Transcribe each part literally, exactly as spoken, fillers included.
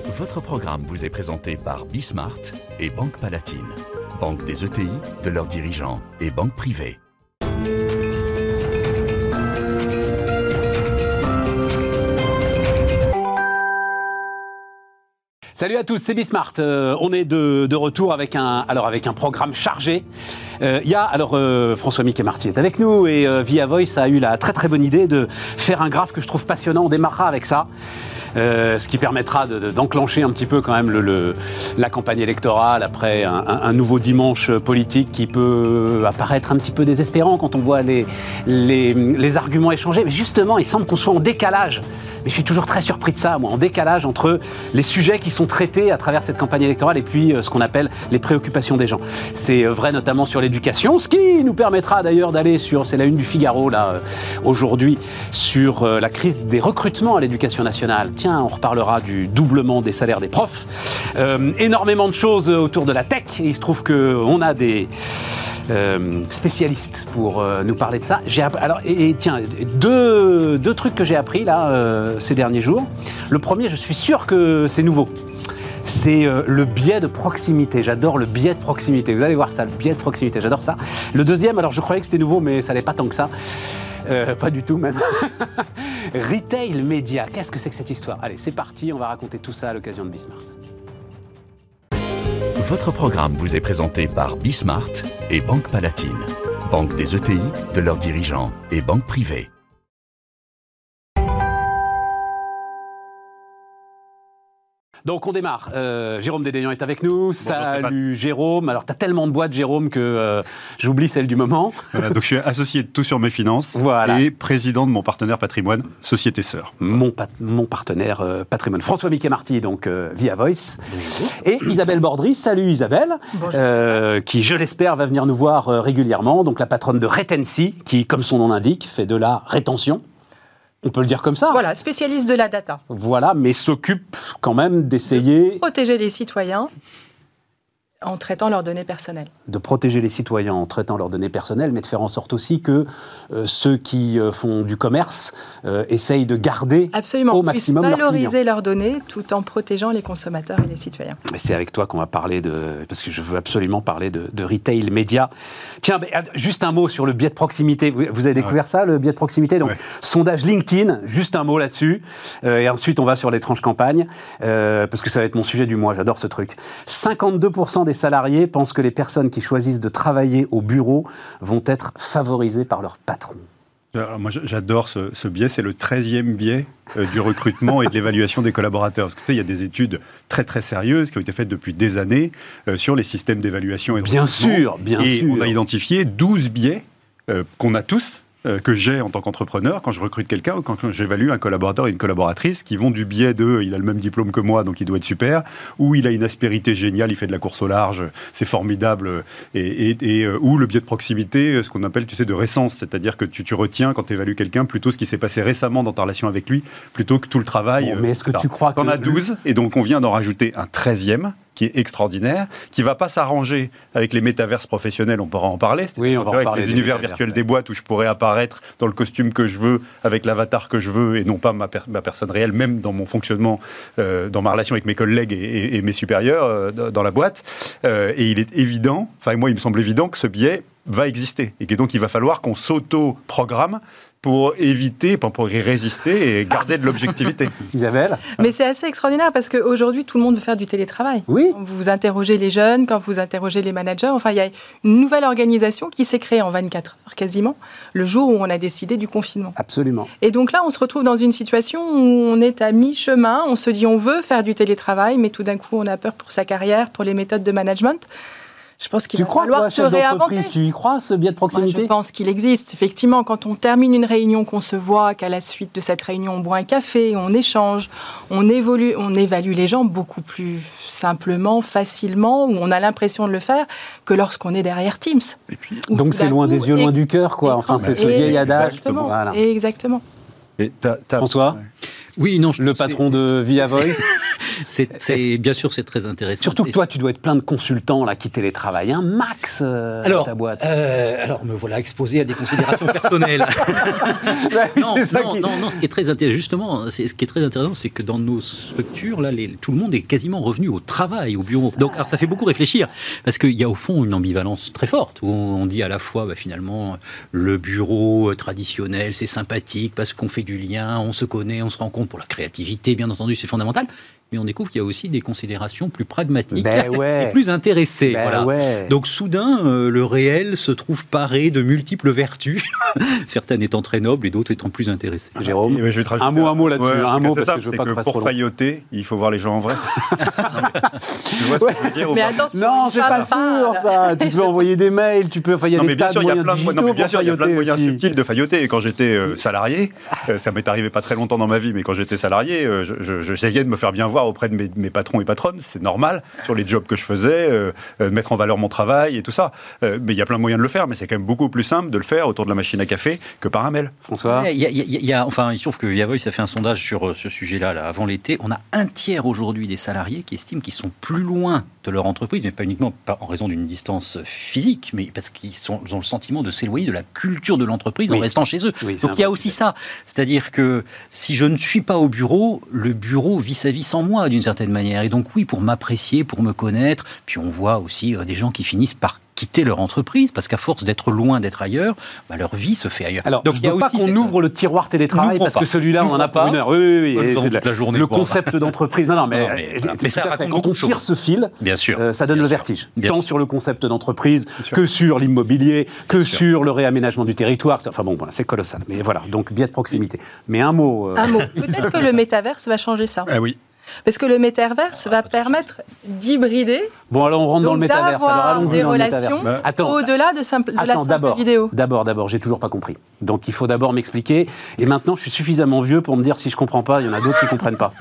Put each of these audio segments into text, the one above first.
Votre programme vous est présenté par Bismart et Banque Palatine, banque des E T I, de leurs dirigeants et banque privée. Salut à tous, c'est Bismart. Euh, on est de, de retour avec un, alors avec un programme chargé. Il euh, y a, alors euh, François Miquet Marty est avec nous et euh, Via Voice a eu la très très bonne idée de faire un graphe que je trouve passionnant. On démarrera avec ça. Euh, ce qui permettra de, de, d'enclencher un petit peu quand même le, le, la campagne électorale après un, un, un nouveau dimanche politique qui peut apparaître un petit peu désespérant quand on voit les, les, les arguments échangés. Mais justement, il semble qu'on soit en décalage. Mais je suis toujours très surpris de ça, moi, en décalage entre les sujets qui sont traités à travers cette campagne électorale et puis euh, ce qu'on appelle les préoccupations des gens. C'est euh, vrai notamment sur l'éducation, ce qui nous permettra d'ailleurs d'aller sur, c'est la une du Figaro là euh, aujourd'hui, sur euh, la crise des recrutements à l'éducation nationale. Tiens, on reparlera du doublement des salaires des profs. Euh, énormément de choses autour de la tech. Et il se trouve qu'on a des euh, spécialistes pour euh, nous parler de ça. J'ai app- alors, et, et tiens, deux, deux trucs que j'ai appris là euh, ces derniers jours. Le premier, je suis sûr que c'est nouveau. C'est euh, le biais de proximité. J'adore le biais de proximité. Vous allez voir ça, le biais de proximité. J'adore ça. Le deuxième, alors je croyais que c'était nouveau, mais ça l'est pas tant que ça. Euh, pas du tout même. Retail Média, qu'est-ce que c'est que cette histoire? Allez, c'est parti, on va raconter tout ça à l'occasion de Bismart. Votre programme vous est présenté par Bismart et Banque Palatine, banque des E T I, de leurs dirigeants et banque privée. Donc on démarre. Euh, Jérôme Dédéian est avec nous. Bonjour, Salut Stéphane. Jérôme. Alors tu as tellement de boîtes Jérôme que euh, j'oublie celle du moment. Voilà, donc je suis associé de Tout sur mes finances Voilà. et président de mon partenaire patrimoine, Société Sœur. Mon, pat- mon partenaire euh, patrimoine. François Miquet Marty, donc euh, Via Voice. Bonjour. Et Isabelle Bordry. Salut Isabelle. Euh, qui, je l'espère, va venir nous voir euh, régulièrement. Donc la patronne de Retency, qui, comme son nom l'indique, fait de la rétention. On peut le dire comme ça. Voilà, spécialiste de la data. Voilà, mais s'occupe quand même d'essayer Protéger les citoyens en traitant leurs données personnelles. de protéger les citoyens en traitant leurs données personnelles, mais de faire en sorte aussi que euh, ceux qui euh, font du commerce euh, essayent de garder Absolument, au puissent maximum leurs clients. valoriser leurs données tout en protégeant les consommateurs et les citoyens. Et c'est avec toi qu'on va parler de... Parce que je veux absolument parler de, de retail média. Tiens, mais, juste un mot sur le biais de proximité. Vous, vous avez découvert ouais. ça, le biais de proximité? Donc, Ouais. sondage LinkedIn, juste un mot là-dessus. Euh, et ensuite, on va sur les tranches campagne, euh, parce que ça va être mon sujet du mois. J'adore ce truc. cinquante-deux pour cent des salariés pensent que les personnes qui choisissent de travailler au bureau vont être favorisées par leur patron. Alors moi, j'adore ce, ce biais, c'est le treizième biais euh, du recrutement et de l'évaluation des collaborateurs. Parce que tu sais, il y a des études très très sérieuses qui ont été faites depuis des années euh, sur les systèmes d'évaluation et de Bien recrutement. sûr, bien et sûr. on a identifié douze biais euh, qu'on a tous, euh, que j'ai en tant qu'entrepreneur, quand je recrute quelqu'un ou quand j'évalue un collaborateur et une collaboratrice, qui vont du biais de « il a le même diplôme que moi, donc il doit être super », ou « il a une aspérité géniale, il fait de la course au large, c'est formidable », et, et, et euh, ou le biais de proximité, ce qu'on appelle, tu sais, de récence, c'est-à-dire que tu, tu retiens, quand tu évalues quelqu'un, plutôt ce qui s'est passé récemment dans ta relation avec lui, plutôt que tout le travail. Bon, mais est-ce que tu crois que... T'en as douze, et donc on vient d'en rajouter un treizième, qui est extraordinaire, qui ne va pas s'arranger avec les métaverses professionnels, on pourra en parler, Oui, on va en avec parler les des univers métaverses, virtuels ouais. des boîtes où je pourrais apparaître dans le costume que je veux, avec l'avatar que je veux, et non pas ma, per- ma personne réelle, même dans mon fonctionnement, euh, dans ma relation avec mes collègues et, et- et mes supérieurs euh, dans dans la boîte. Euh, et il est évident, enfin moi il me semble évident que ce biais va exister, et que donc il va falloir qu'on s'auto-programme pour éviter, pour y résister et garder de l'objectivité. Isabelle? Mais c'est assez extraordinaire parce qu'aujourd'hui, tout le monde veut faire du télétravail. Oui. Quand vous interrogez les jeunes, quand vous interrogez les managers, enfin, il y a une nouvelle organisation qui s'est créée en vingt-quatre heures quasiment, le jour où on a décidé du confinement. Absolument. Et donc là, on se retrouve dans une situation où on est à mi-chemin, on se dit on veut faire du télétravail, mais tout d'un coup, on a peur pour sa carrière, pour les méthodes de management. Je pense qu'il Tu va crois, falloir toi, se chef réinventer. d'entreprise, tu y crois, ce biais de Moi, proximité? je pense qu'il existe. Effectivement, quand on termine une réunion, qu'on se voit, qu'à la suite de cette réunion, on boit un café, on échange, on, évolue, on évalue les gens beaucoup plus simplement, facilement, où on a l'impression de le faire, que lorsqu'on est derrière Teams. Et puis, Où Donc tout c'est d'un loin coup, des yeux, et- loin du cœur, quoi. Enfin, c'est ce et- vieil adage. Exactement. Voilà. Exactement. et t'as- t'as- François, Ouais. Oui, non, le patron de Via Voice. c'est, c'est, bien sûr, c'est très intéressant. Surtout que toi, tu dois être plein de consultants là, qui télétravaillent un max euh, alors, dans ta boîte. Euh, alors, me voilà exposé à des considérations personnelles. ouais, non, non, qui... non, non, ce qui est très intéressant, justement, c'est, ce qui est très intéressant, c'est que dans nos structures, là, les, tout le monde est quasiment revenu au travail, au bureau. Donc, alors, ça fait beaucoup réfléchir, parce qu'il y a au fond une ambivalence très forte, où on dit à la fois, bah, finalement, le bureau traditionnel, c'est sympathique, parce qu'on fait du lien, on se connaît, on se rend compte pour la créativité, bien entendu, c'est fondamental. Mais on découvre qu'il y a aussi des considérations plus pragmatiques ben ouais. et plus intéressées. Ben voilà. ouais. Donc soudain, euh, le réel se trouve paré de multiples vertus, certaines étant très nobles et d'autres étant plus intéressées. Jérôme, et ben, je vais te rajouter un mot, un mot là-dessus, ouais, un mot c'est parce ça, que je veux c'est pas que que fasse pour trop long. failloter, il faut voir les gens en vrai. Non, mais, tu vois ce Ouais. que je veux dire ou Mais pas attention, Non, c'est pas sûr ça. Tu peux envoyer des mails, tu peux. Enfin, il y a non, des mais bien tas sûr, de il y a moyens plein de, digitaux non, mais bien pour sûr, il y a plein de moyens aussi. subtils de failloter. Et quand j'étais euh, salarié, euh, ça m'est arrivé pas très longtemps dans ma vie, mais quand j'étais salarié, euh, je, je, j'essayais de me faire bien voir auprès de mes, mes patrons et patronnes. C'est normal sur les jobs que je faisais, euh, euh, mettre en valeur mon travail et tout ça. Euh, mais il y a plein de moyens de le faire, mais c'est quand même beaucoup plus simple de le faire autour de la machine à café que par un mail. François. Il y a, il y a, il y a, enfin, il se trouve que Via Voice a fait un sondage sur ce sujet-là là, avant l'été. On a un tiers aujourd'hui des salariés qui estiment qu'ils sont plus loin de leur entreprise, mais pas uniquement pas en raison d'une distance physique, mais parce qu'ils sont, ils ont le sentiment de s'éloigner de la culture de l'entreprise oui. en restant chez eux. Oui, Donc il y a aussi ça. C'est-à-dire que si je ne suis pas au bureau, le bureau vit sa vie sans moi d'une certaine manière. Et donc oui, pour m'apprécier, pour me connaître, puis on voit aussi euh, des gens qui finissent par quitter leur entreprise parce qu'à force d'être loin, d'être ailleurs, bah, leur vie se fait ailleurs. Alors, donc je il y a veux pas aussi qu'on cette... ouvre le tiroir télétravail N'ouvrons parce pas. que celui-là, on en a N'ouvrons pour une pas. heure. Oui, oui, oui. Nous Et aurons c'est toute de- la journée le pour concept d'entreprise. Non, non, mais, Non, mais voilà. tout Mais ça à fait. raconte Quand beaucoup on de tire choses. ce fil, Bien sûr. euh, ça donne Bien le sûr. vertige. Bien Tant sûr. sur le concept d'entreprise sûr. que sur l'immobilier, que sûr. sur le réaménagement du territoire. Enfin bon, voilà, c'est colossal. Mais voilà, donc biais de proximité. Mais un mot. euh, Un mot. Peut-être que le métaverse va changer ça. Ah oui. Parce que le métaverse va permettre d'hybrider, Bon, alors on rentre dans le donc métaverse. Alors d'avoir allons-y des dans le métaverse. relations Bah, Attends. au-delà de, simple, de la Attends, simple d'abord, vidéo. d'abord, d'abord, j'ai toujours pas compris. Donc il faut d'abord m'expliquer. Et maintenant, je suis suffisamment vieux pour me dire si je comprends pas, il y en a d'autres qui comprennent pas.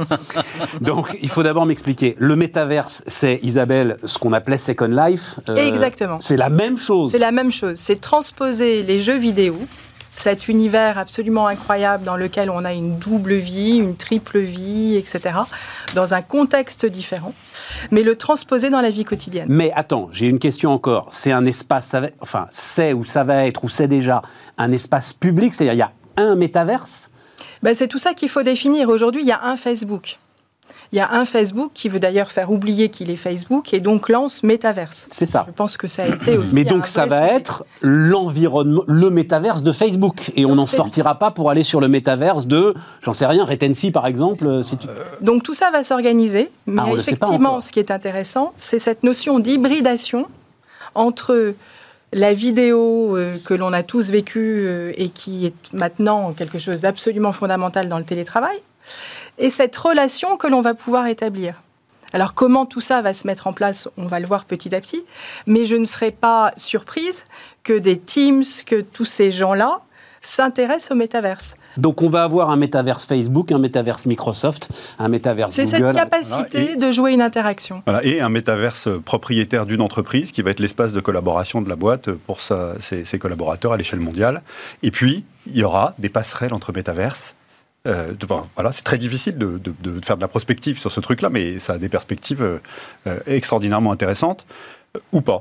Donc il faut d'abord m'expliquer. Le métaverse, c'est, Isabelle, ce qu'on appelait Second Life. Euh, Exactement. C'est la même chose. C'est la même chose. C'est transposer les jeux vidéo, cet univers absolument incroyable dans lequel on a une double vie, une triple vie, et cetera, dans un contexte différent, mais le transposer dans la vie quotidienne. Mais attends, j'ai une question encore. C'est un espace, ça va- enfin, c'est ou ça va être, ou c'est déjà un espace public, c'est-à-dire il y a un métaverse. Ben, c'est tout ça qu'il faut définir. Aujourd'hui, il y a un Facebook. Il y a un Facebook qui veut d'ailleurs faire oublier qu'il est Facebook et donc lance Metaverse. C'est ça. Je pense que ça a été aussi Mais un donc ça vrai va sujet. être l'environnement, le métaverse de Facebook. Et on n'en c'est- sortira pas pour aller sur le métaverse de, j'en sais rien, Retency par exemple. euh, Si tu... Donc tout ça va s'organiser, mais Ah, on le sait pas effectivement, encore. ce qui est intéressant, c'est cette notion d'hybridation entre la vidéo euh, que l'on a tous vécue euh, et qui est maintenant quelque chose d'absolument fondamental dans le télétravail, et cette relation que l'on va pouvoir établir. Alors comment tout ça va se mettre en place, on va le voir petit à petit, mais je ne serais pas surprise que des Teams, que tous ces gens-là s'intéressent au métaverse. Donc on va avoir un métaverse Facebook, un métaverse Microsoft, un métaverse C'est Google. cette capacité Voilà, et- de jouer une interaction. Voilà, et un métaverse propriétaire d'une entreprise qui va être l'espace de collaboration de la boîte pour sa- ses, ses collaborateurs à l'échelle mondiale. Et puis, il y aura des passerelles entre métaverses. Euh, de- bon, voilà, c'est très difficile de, de- de faire de la prospective sur ce truc-là, mais ça a des perspectives euh, euh, extraordinairement intéressantes, euh, ou pas.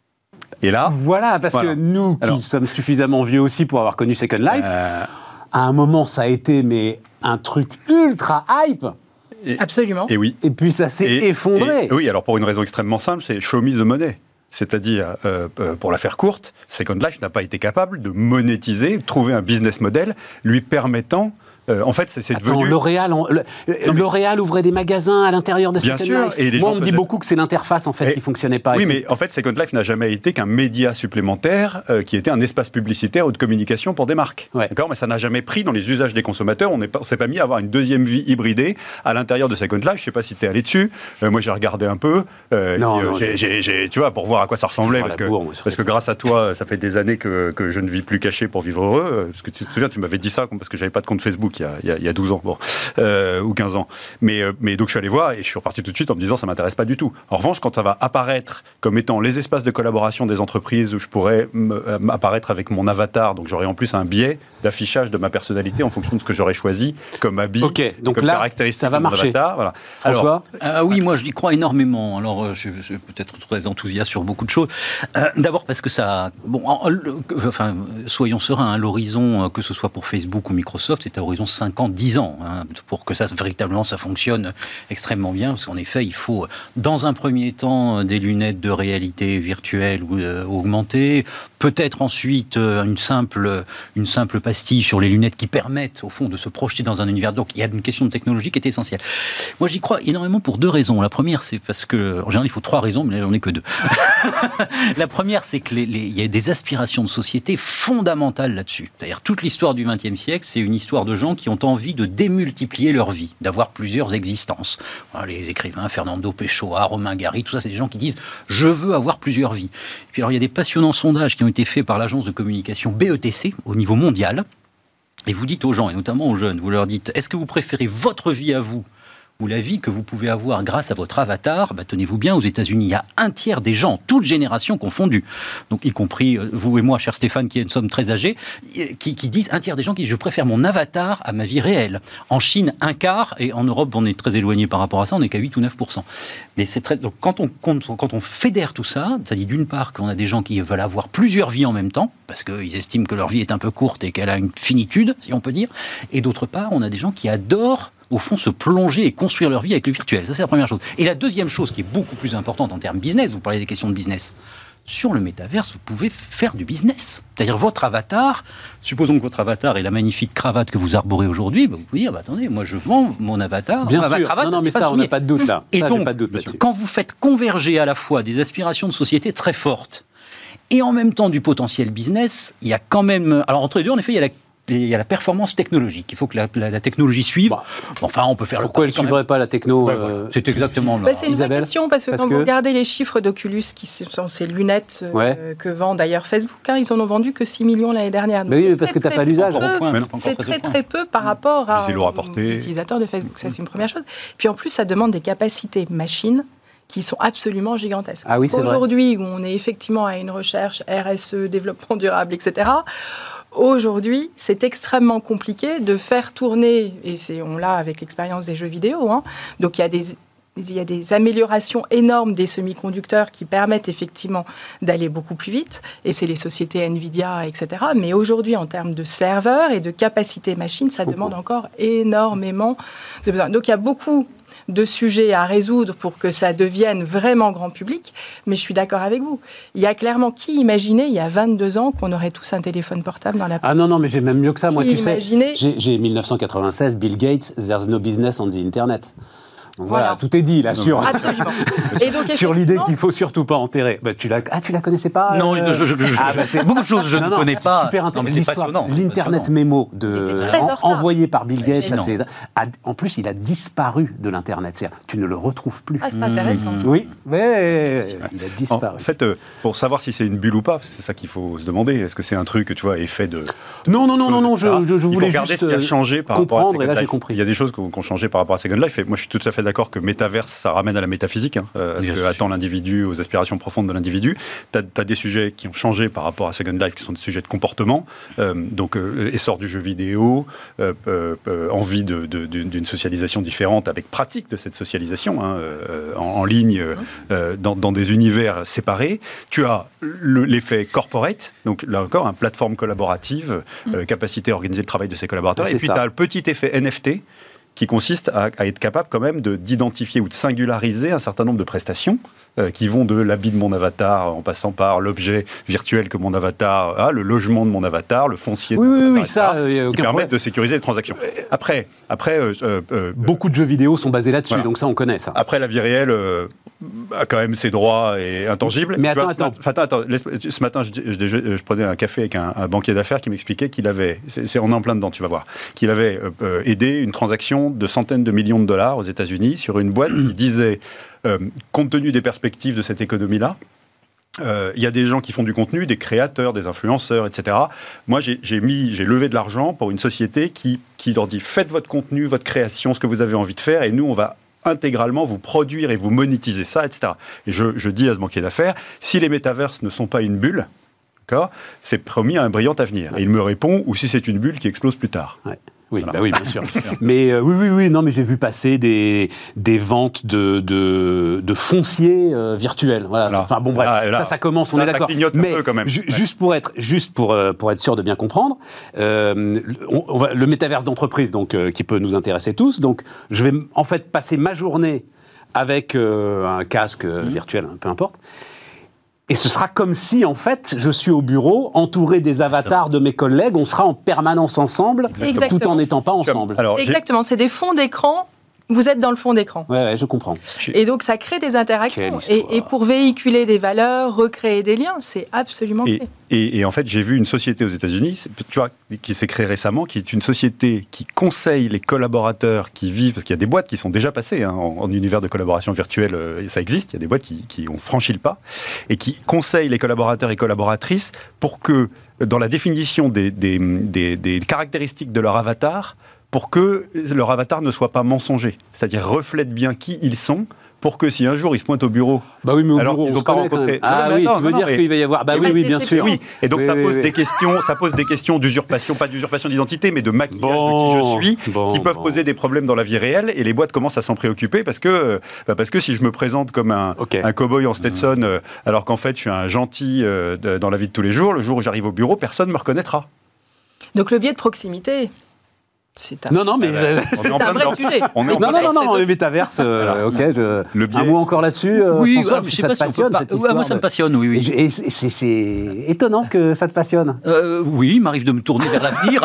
Et là, Voilà, parce Voilà. que nous qui Alors- sommes suffisamment vieux aussi pour avoir connu Second Life, euh, à un moment ça a été mais un truc ultra hype, Absolument. et oui. et puis ça s'est Et- effondré. et- oui, alors pour une raison extrêmement simple, c'est show me the money. C'est-à-dire, euh, euh, pour la faire courte, Second Life n'a pas été capable de monétiser, de trouver un business model lui permettant. euh, en fait, c'est c'est Attends, devenu. L'Oréal, on- le- L'Oréal ouvrait des magasins à l'intérieur de Bien Second sûr, Life. et les Moi, gens on me dit faisaient- beaucoup que c'est l'interface en fait Et- qui fonctionnait pas. Oui, Et mais en fait, Second Life n'a jamais été qu'un média supplémentaire euh, qui était un espace publicitaire ou de communication pour des marques. Ouais. D'accord, mais ça n'a jamais pris dans les usages des consommateurs. On ne s'est pas mis à avoir une deuxième vie hybridée à l'intérieur de Second Life. Je ne sais pas si tu es allé dessus. Euh, moi, j'ai regardé un peu. Euh, Non, et, euh, non, j'ai- j'ai- j'ai- j'ai- tu vois, pour voir à quoi ça ressemblait. Oh, Parce la que, bourre, moi, sur parce que grâce à toi, ça fait des années que, que je ne vis plus caché pour vivre heureux. Euh, Parce que tu te souviens, tu m'avais dit ça parce que j'avais pas de compte Facebook Facebook il y a, il y a, il y a douze ans, bon, euh, ou quinze ans. Mais, euh, mais donc je suis allé voir et je suis reparti tout de suite en me disant ça ne m'intéresse pas du tout. En revanche, quand ça va apparaître comme étant les espaces de collaboration des entreprises où je pourrais euh, apparaître avec mon avatar, donc j'aurai en plus un biais d'affichage de ma personnalité en fonction de ce que j'aurais choisi comme habit, okay, donc comme là, caractéristique ça va de mon marcher. avatar. Voilà. François Alors, euh, oui, moi je y crois énormément. Alors, euh, je, je suis peut-être très enthousiaste sur beaucoup de choses. Euh, d'abord parce que ça... Bon, en, le, enfin, soyons sereins, hein, l'horizon, que ce soit pour Facebook ou Microsoft, c'est à horizon cinq ans, dix ans, hein, pour que ça, véritablement, ça fonctionne extrêmement bien. Parce qu'en effet, il faut, dans un premier temps, des lunettes de réalité virtuelle ou euh, augmentée, peut-être ensuite euh, une, simple, une simple pastille sur les lunettes qui permettent, au fond, de se projeter dans un univers. Donc, il y a une question de technologie qui est essentielle. Moi, j'y crois énormément pour deux raisons. La première, c'est parce que, en général, il faut trois raisons, mais là, j'en ai que deux. La première, c'est que les, les, il y a des aspirations de société fondamentales là-dessus. C'est-à-dire, toute l'histoire du vingtième siècle, c'est une histoire de gens qui ont envie de démultiplier leur vie, d'avoir plusieurs existences. Voilà, les écrivains, Fernando Pessoa, Romain Gary, tout ça, c'est des gens qui disent « je veux avoir plusieurs vies ». Et puis alors, il y a des passionnants sondages qui ont été faits par l'agence de communication B E T C au niveau mondial. Et vous dites aux gens, et notamment aux jeunes, vous leur dites « est-ce que vous préférez votre vie à vous ou la vie que vous pouvez avoir grâce à votre avatar ?» Bah, tenez-vous bien, aux États-Unis, il y a un tiers des gens, toutes générations confondues, donc y compris euh, vous et moi, cher Stéphane, qui sommes très âgés, qui, qui disent, un tiers des gens qui disent « je préfère mon avatar à ma vie réelle ». En Chine, un quart, et en Europe, on est très éloigné par rapport à ça, on n'est qu'à huit ou neuf pour cent. Mais c'est très... Donc, quand on, quand, quand on fédère tout ça, ça dit d'une part qu'on a des gens qui veulent avoir plusieurs vies en même temps, parce qu'ils estiment que leur vie est un peu courte et qu'elle a une finitude, si on peut dire, et d'autre part, on a des gens qui adorent au fond, se plonger et construire leur vie avec le virtuel. Ça, c'est la première chose. Et la deuxième chose, qui est beaucoup plus importante en termes business, vous parlez des questions de business, sur le métaverse, vous pouvez faire du business. C'est-à-dire, votre avatar, supposons que votre avatar est la magnifique cravate que vous arborez aujourd'hui, bah vous pouvez dire, bah, attendez, moi, je vends mon avatar. Bien sûr. Ma cravate, non, non, mais ça, on n'a pas de doute, là. Et ça, donc, pas de doute là-dessus. Quand vous faites converger à la fois des aspirations de société très fortes et en même temps du potentiel business, il y a quand même... Alors, entre les deux, en effet, il y a la il y a la performance technologique. Il faut que la, la, la technologie suive. Bah, enfin, on peut faire pourquoi le... Pourquoi elle ne suivrait pas la techno ouais, euh... voilà. C'est exactement... Bah, c'est une vraie question, parce que parce quand que... vous regardez les chiffres d'Oculus, qui sont ces lunettes ouais. euh, que vend d'ailleurs Facebook, hein, ils en ont vendu que six millions l'année dernière. Donc, bah oui, parce que tu n'as pas l'usage. C'est très très peu par rapport à l'utilisateur de Facebook. Ça, c'est une première chose. Puis en plus, ça demande des capacités machines qui sont absolument gigantesques. Ah oui, aujourd'hui, où on est effectivement à une recherche R S E, développement durable, et cetera, aujourd'hui, c'est extrêmement compliqué de faire tourner, et c'est, on l'a avec l'expérience des jeux vidéo, hein, donc il y a des... Il y a des améliorations énormes des semi-conducteurs qui permettent effectivement d'aller beaucoup plus vite, et c'est les sociétés Nvidia, et cetera. Mais aujourd'hui, en termes de serveurs et de capacité machine, ça demande encore énormément de besoins. Donc il y a beaucoup de sujets à résoudre pour que ça devienne vraiment grand public, mais je suis d'accord avec vous. Il y a clairement qui imaginait, il y a vingt-deux ans, qu'on aurait tous un téléphone portable dans la poche. Ah non, non, mais j'ai même mieux que ça. Qui Moi, tu imaginait... sais, j'ai, j'ai dix-neuf cent quatre-vingt-seize, Bill Gates, there's no business on the Internet. Voilà, voilà, tout est dit là sur, Absolument. Et donc, sur l'idée qu'il ne faut surtout pas enterrer. Bah, tu la... Ah, tu la connaissais pas Non, euh... je, je, je, ah, bah, c'est beaucoup de choses que je non, ne non, connais pas. Super non, mais c'est passionnant. L'Internet passionnant. mémo de... en, envoyé par Bill Gates, ça, c'est... en plus, il a disparu de l'Internet. C'est-à-dire, tu ne le retrouves plus. Ah, c'est intéressant. Mmh. Oui, mais il a disparu. En fait, euh, pour savoir si c'est une bulle ou pas, c'est ça qu'il faut se demander. Est-ce que c'est un truc, tu vois, effet de... de non, non, non, non, non, je, je, je voulais il faut regarder juste ce qui a changé par rapport à Second et là, Life. j'ai compris. Il y a des choses qui ont, qui ont changé par rapport à Second Life. Et moi, je suis tout à fait d'accord que métaverse, ça ramène à la métaphysique, hein, euh, à ce que attend l'individu, aux aspirations profondes de l'individu. Tu as des sujets qui ont changé par rapport à Second Life, qui sont des sujets de comportement. Euh, donc, euh, essor du jeu vidéo, euh, euh, euh, envie de, de, de, d'une socialisation différente, avec pratique de cette socialisation, hein, euh, en, en ligne, euh, dans, dans des univers séparés. Tu as le, l'effet corporate, donc là encore, une plateforme collaborative, euh, capacité à organiser le travail de ses collaborateurs. Ouais, et puis, tu as le petit effet N F T, qui consiste à, à être capable quand même de, d'identifier ou de singulariser un certain nombre de prestations euh, qui vont de l'habit de mon avatar en passant par l'objet virtuel que mon avatar a, le logement de mon avatar, le foncier de oui, mon oui, avatar, oui, ça, euh, qui permettent problème. de sécuriser les transactions. Après, après euh, euh, beaucoup de jeux vidéo sont basés là-dessus, voilà. Donc ça, on connaît ça. Après, la vie réelle euh, a quand même ses droits et intangibles. Mais attends, vois, attends. Ce matin, attends, laisse, ce matin je, je, je, je prenais un café avec un, un banquier d'affaires qui m'expliquait qu'il avait, c'est, c'est, on est en plein dedans, tu vas voir, qu'il avait euh, aidé une transaction de centaines de millions de dollars aux États-Unis sur une boîte qui disait, euh, compte tenu des perspectives de cette économie-là, Euh, il y a des gens qui font du contenu, des créateurs, des influenceurs, et cetera. Moi, j'ai, j'ai, mis, j'ai levé de l'argent pour une société qui, qui leur dit « Faites votre contenu, votre création, ce que vous avez envie de faire, et nous, on va intégralement vous produire et vous monétiser ça, et cetera » Et je, je dis à ce banquier d'affaires, si les métaverses ne sont pas une bulle, d'accord, c'est promis à un brillant avenir. Et il me répond, ou si c'est une bulle qui explose plus tard. Ouais. Oui, Voilà. bah oui, bien sûr. mais euh, oui, oui, oui, non, mais j'ai vu passer des, des ventes de, de, de fonciers euh, virtuels. Voilà. Là. Enfin bon, bref, Là, là, ça, ça commence, ça, on est ça d'accord. clignote un mais peu quand même. ju- Ouais. juste pour être, juste pour, euh, pour être sûr de bien comprendre, euh, on, on va, le métaverse d'entreprise, donc euh, qui peut nous intéresser tous. Donc, je vais en fait passer ma journée avec euh, un casque euh, mmh. virtuel, hein, peu importe. Et ce sera comme si, en fait, je suis au bureau, entouré des avatars de mes collègues, on sera en permanence ensemble, Exactement. tout en n'étant pas ensemble. Alors, Exactement, c'est des fonds d'écran. Vous êtes dans le fond d'écran. Ouais, ouais, je comprends. Et donc, ça crée des interactions. Quelle Et, histoire. et pour véhiculer des valeurs, recréer des liens, c'est absolument Et, clé. et, et en fait, j'ai vu une société aux États-Unis, c'est- tu vois, qui s'est créée récemment, qui est une société qui conseille les collaborateurs qui vivent, parce qu'il y a des boîtes qui sont déjà passées hein, en, en univers de collaboration virtuelle, euh, ça existe, il y a des boîtes qui, qui ont franchi le pas, et qui conseillent les collaborateurs et collaboratrices pour que, dans la définition des, des, des, des caractéristiques de leur avatar, pour que leur avatar ne soit pas mensonger, c'est-à-dire reflète bien qui ils sont, pour que si un jour ils se pointent au bureau, Bah oui, mais au alors bureau, qu'ils on n'ont se pas connaît quand rencontré. même. Ah Non, mais oui, attends, tu veux non, dire mais- qu'il va y avoir. Bah Il y oui, a oui, pas de bien déception. sûr. oui, et donc Oui, ça oui, pose oui. des questions, ça pose des questions d'usurpation, pas d'usurpation d'identité, mais de maquillage Bon, de qui je suis, bon, qui peuvent bon. poser des problèmes dans la vie réelle, et les boîtes commencent à s'en préoccuper parce que, bah parce que si je me présente comme un, Ok. un cow-boy en Stetson, euh, alors qu'en fait je suis un gentil euh, de- dans la vie de tous les jours, le jour où j'arrive au bureau, personne ne me reconnaîtra. Donc, le biais de proximité, c'est un, non, non, mais Ah bah, on est c'est en un plein vrai dedans. sujet. On est en non, plein non, non, dedans. non, le métaverse. euh, ok, je... Le biais. un mot encore là-dessus. euh, Oui, François, ah, mais je sais ça pas te si on peut passionne, pas. cette Ouais, histoire moi, ça me de- passionne, oui, Et oui. je- et c'est, c'est- c'est étonnant que ça te passionne. Euh, oui, il m'arrive de me tourner vers l'avenir.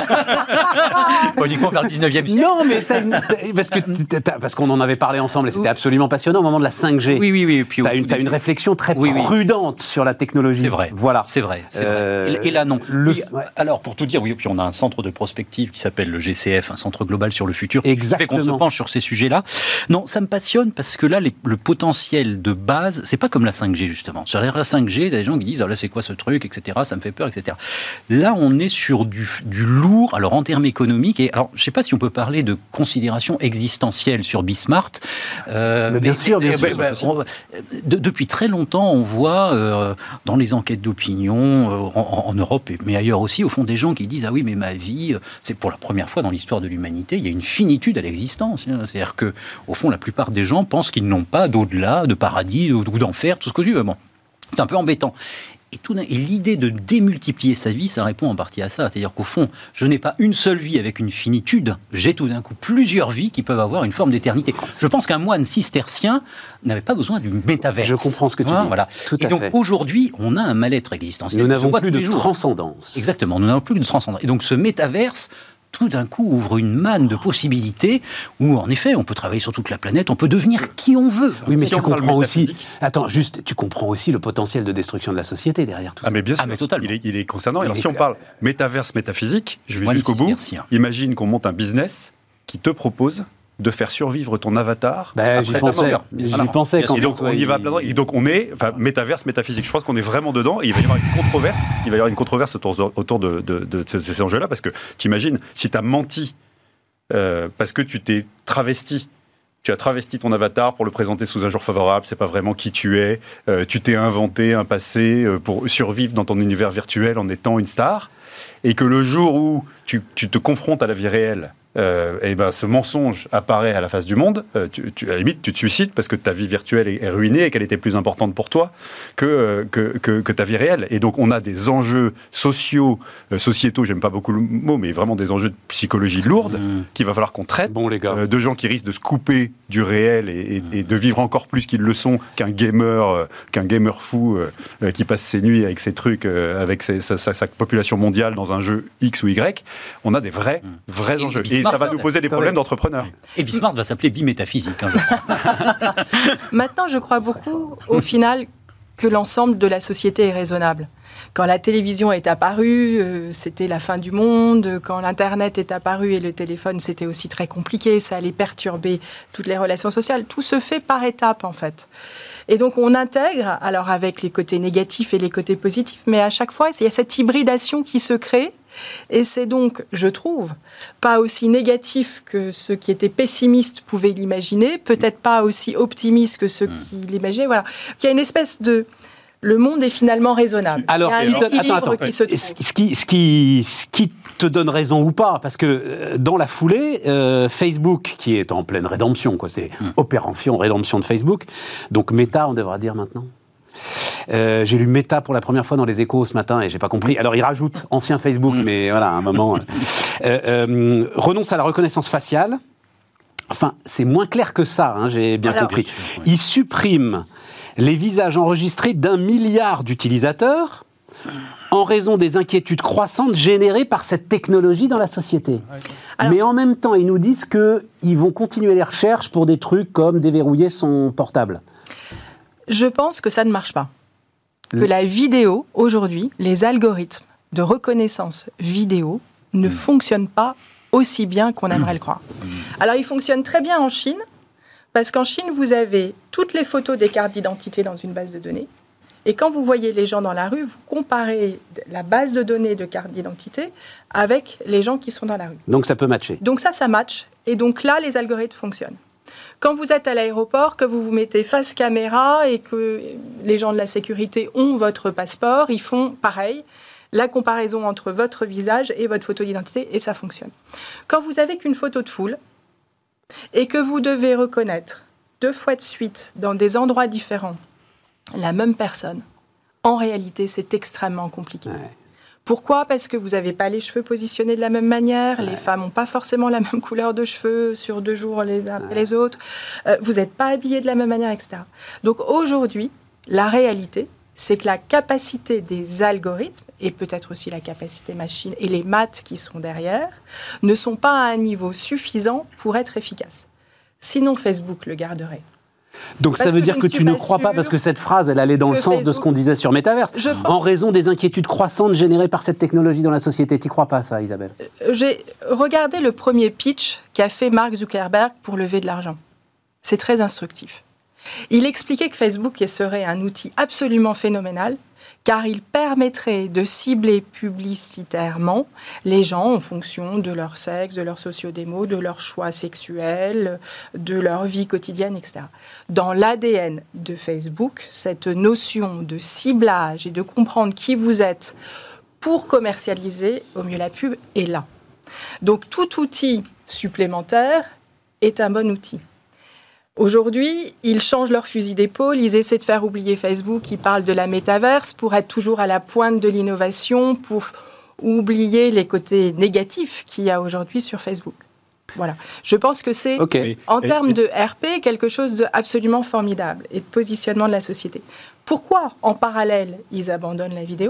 Pas uniquement vers le dix-neuvième siècle. Non, mais t'as une- t'as- parce, que t'as- t'as- parce qu'on en avait parlé ensemble et c'était absolument passionnant au moment de la cinq G. Oui, oui, oui. Et puis, au T'as une, tout t'as une début- réflexion très Oui, oui. prudente sur la technologie. C'est vrai. Voilà. C'est vrai, c'est Euh, vrai. Et, et là, non. le- Oui, ouais. Alors, pour tout dire, oui, puis on a un centre de prospective qui s'appelle le G C F, un centre global sur le futur, qui fait qu'on se Exactement. penche sur ces sujets-là. Non, ça me passionne parce que là, les- le potentiel de base, c'est pas comme la cinq G, justement. Sur la cinq G, il y a des gens qui disent, ah, là, c'est quoi ce truc, et cetera, ça me fait peur, et cetera. Là, on est sur du, du lourd, alors en termes économiques, et alors, je sais pas si on peut parler de considération existentielle sur Bismart. Euh, Mais bien sûr, bien sûr. bah, on- de- depuis très longtemps, on voit euh, dans les enquêtes d'opinion, euh, en, en Europe, mais ailleurs aussi, au fond, des gens qui disent, ah oui, mais ma vie, euh, c'est pour la première fois dans l'histoire de l'humanité, il y a une finitude à l'existence. hein. C'est-à-dire que, au fond, la plupart des gens pensent qu'ils n'ont pas d'au-delà, de paradis ou d'enfer, tout ce que tu veux. Bon, c'est un peu embêtant. Et, tout d'un- et l'idée de démultiplier sa vie, ça répond en partie à ça. C'est-à-dire qu'au fond, je n'ai pas une seule vie avec une finitude, j'ai tout d'un coup plusieurs vies qui peuvent avoir une forme d'éternité. Je pense qu'un moine cistercien n'avait pas besoin du métaverse. Je comprends ce que tu Hein, dis. Voilà. Tout et à donc fait. aujourd'hui, on a un mal-être existentiel. Nous qui se n'avons voit plus tous de les jours. transcendance. Exactement, nous n'avons plus de transcendance. Et donc ce métaverse, tout d'un coup, ouvre une manne de possibilités où, en effet, on peut travailler sur toute la planète, on peut devenir qui on veut. Oui, mais Si tu on parle comprends aussi. métaphysique. Attends, juste, tu comprends aussi le potentiel de destruction de la société derrière tout Ah ça. mais bien sûr, Ah, mais totalement. Il, est, il est concernant. Il Alors est si on clair. parle métaverse, métaphysique, je vais Moine jusqu'au bout. cistercien. Imagine qu'on monte un business qui te propose de faire survivre ton avatar. Ben, j'y après ta pensais. mort. J'y Voilà. pensais quand Et donc on y va à plein droit. Et donc on est, enfin métaverse, métaphysique. Je pense qu'on est vraiment dedans. Et il va y avoir une controverse. Il va y avoir une controverse autour, autour de, de, de ces, ces enjeux-là parce que tu imagines si tu as menti euh, parce que tu t'es travesti. Tu as travesti ton avatar pour le présenter sous un jour favorable, c'est pas vraiment qui tu es. Euh, tu t'es inventé un passé euh, pour survivre dans ton univers virtuel en étant une star. Et que le jour où tu, tu te confrontes à la vie réelle, euh, et ben ce mensonge apparaît à la face du monde, euh, tu, tu, à la limite tu te suicides parce que ta vie virtuelle est, est ruinée et qu'elle était plus importante pour toi que, euh, que, que, que ta vie réelle. Et donc on a des enjeux sociaux, euh, sociétaux, j'aime pas beaucoup le mot, mais vraiment des enjeux de psychologie lourde Mmh. qu'il va falloir qu'on traite. Bon, les gars. Euh, de gens qui risquent de se couper du réel et, et- et de vivre encore plus qu'ils le sont qu'un gamer, euh, qu'un gamer fou euh, euh, qui passe ses nuits avec ses trucs, euh, avec ses- sa, sa- sa population mondiale dans un jeu X ou Y. On a des vrais, vrais Et- enjeux. et Et ça va Bismarck, nous poser des problèmes d'entrepreneurs. Et Bismarck va s'appeler bimétaphysique. Hein, je crois. Maintenant, je crois beaucoup, au final, que l'ensemble de la société est raisonnable. Quand la télévision est apparue, euh, c'était la fin du monde. Quand l'Internet est apparu et le téléphone, c'était aussi très compliqué. Ça allait perturber toutes les relations sociales. Tout se fait par étapes, en fait. Et donc, on intègre, alors avec les côtés négatifs et les côtés positifs, mais à chaque fois, il y a cette hybridation qui se crée. Et c'est donc, je trouve, pas aussi négatif que ceux qui étaient pessimistes pouvaient l'imaginer, peut-être pas aussi optimiste que ceux qui l'imaginaient. Voilà. Il y a une espèce de... Le monde est finalement raisonnable. Alors, il y a un équilibre attends, attends. qui se trouve. Ce qui, ce, qui, ce qui te donne raison ou pas, parce que euh, dans la foulée, euh, Facebook, qui est en pleine rédemption, quoi, c'est mmh. opération rédemption de Facebook, donc Meta, on devra dire maintenant. Euh, j'ai lu Meta pour la première fois dans les Échos ce matin et j'ai pas compris. Alors il rajoute ancien Facebook, mmh. mais voilà, à un moment. euh, euh, renonce à la reconnaissance faciale. Enfin, c'est moins clair que ça, hein, j'ai bien Alors, compris. Oui. Il supprime les visages enregistrés d'un milliard d'utilisateurs en raison des inquiétudes croissantes générées par cette technologie dans la société. Alors, mais en même temps, ils nous disent qu'ils vont continuer les recherches pour des trucs comme déverrouiller son portable. Je pense que ça ne marche pas. Que mmh. la vidéo, aujourd'hui, les algorithmes de reconnaissance vidéo ne mmh. fonctionnent pas aussi bien qu'on aimerait mmh. le croire. Mmh. Alors, ils fonctionnent très bien en Chine, parce qu'en Chine, vous avez toutes les photos des cartes d'identité dans une base de données. Et quand vous voyez les gens dans la rue, vous comparez la base de données de cartes d'identité avec les gens qui sont dans la rue. Donc ça peut matcher. Donc ça, ça match. Et donc là, les algorithmes fonctionnent. Quand vous êtes à l'aéroport, que vous vous mettez face caméra et que les gens de la sécurité ont votre passeport, ils font pareil, la comparaison entre votre visage et votre photo d'identité, et ça fonctionne. Quand vous n'avez qu'une photo de foule, et que vous devez reconnaître deux fois de suite, dans des endroits différents, la même personne, en réalité, c'est extrêmement compliqué. Ouais. Pourquoi ? Parce que vous n'avez pas les cheveux positionnés de la même manière, ouais. les femmes n'ont pas forcément la même couleur de cheveux sur deux jours les uns après ouais. les autres, euh, vous n'êtes pas habillés de la même manière, et cetera. Donc aujourd'hui, la réalité, c'est que la capacité des algorithmes, et peut-être aussi la capacité machine et les maths qui sont derrière, ne sont pas à un niveau suffisant pour être efficaces. Sinon, Facebook le garderait. Donc parce ça veut que dire que tu ne crois pas, parce que cette phrase, elle allait dans le sens Facebook... de ce qu'on disait sur Metaverse. Je en pense... raison des inquiétudes croissantes générées par cette technologie dans la société. Tu n'y crois pas, ça, Isabelle ? J'ai regardé le premier pitch qu'a fait Mark Zuckerberg pour lever de l'argent. C'est très instructif. Il expliquait que Facebook serait un outil absolument phénoménal, car il permettrait de cibler publicitairement les gens en fonction de leur sexe, de leur sociodémo, de leur choix sexuel, de leur vie quotidienne, et cetera. Dans l'A D N de Facebook, cette notion de ciblage et de comprendre qui vous êtes pour commercialiser au mieux la pub est là. Donc tout outil supplémentaire est un bon outil. Aujourd'hui, ils changent leur fusil d'épaule, ils essaient de faire oublier Facebook, ils parlent de la métaverse pour être toujours à la pointe de l'innovation, pour oublier les côtés négatifs qu'il y a aujourd'hui sur Facebook. Voilà. Je pense que c'est, okay. en et, termes et, de R P, quelque chose d'absolument formidable et de positionnement de la société. Pourquoi, en parallèle, ils abandonnent la vidéo ?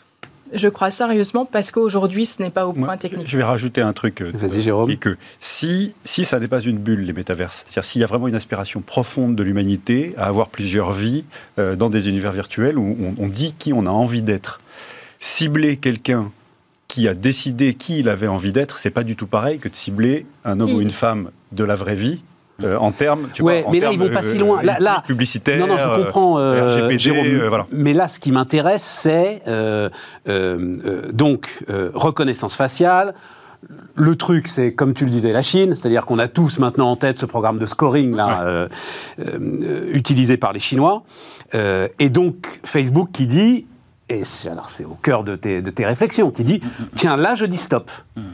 Je crois sérieusement parce qu'aujourd'hui, ce n'est pas au point Moi, technique. Je vais rajouter un truc. Vas-y, Jérôme. Et que si, si ça n'est pas une bulle, les métaverses, c'est-à-dire s'il y a vraiment une aspiration profonde de l'humanité à avoir plusieurs vies euh, dans des univers virtuels où on, on dit qui on a envie d'être, cibler quelqu'un qui a décidé qui il avait envie d'être, c'est pas du tout pareil que de cibler un homme qui... ou une femme de la vraie vie. Euh, en termes, tu ouais, vois, en mais là ils vont pas euh, si loin. Là, là publicitaire, non, non, je comprends, euh, R G P D, Jérôme. Euh, voilà. Mais là, ce qui m'intéresse, c'est euh, euh, euh, donc euh, reconnaissance faciale. Le truc, c'est comme tu le disais, la Chine, c'est-à-dire qu'on a tous maintenant en tête ce programme de scoring là, ouais. euh, euh, utilisé par les Chinois, euh, et donc Facebook qui dit, et c'est, alors c'est au cœur de tes, de tes réflexions, qui dit, tiens, là je dis stop.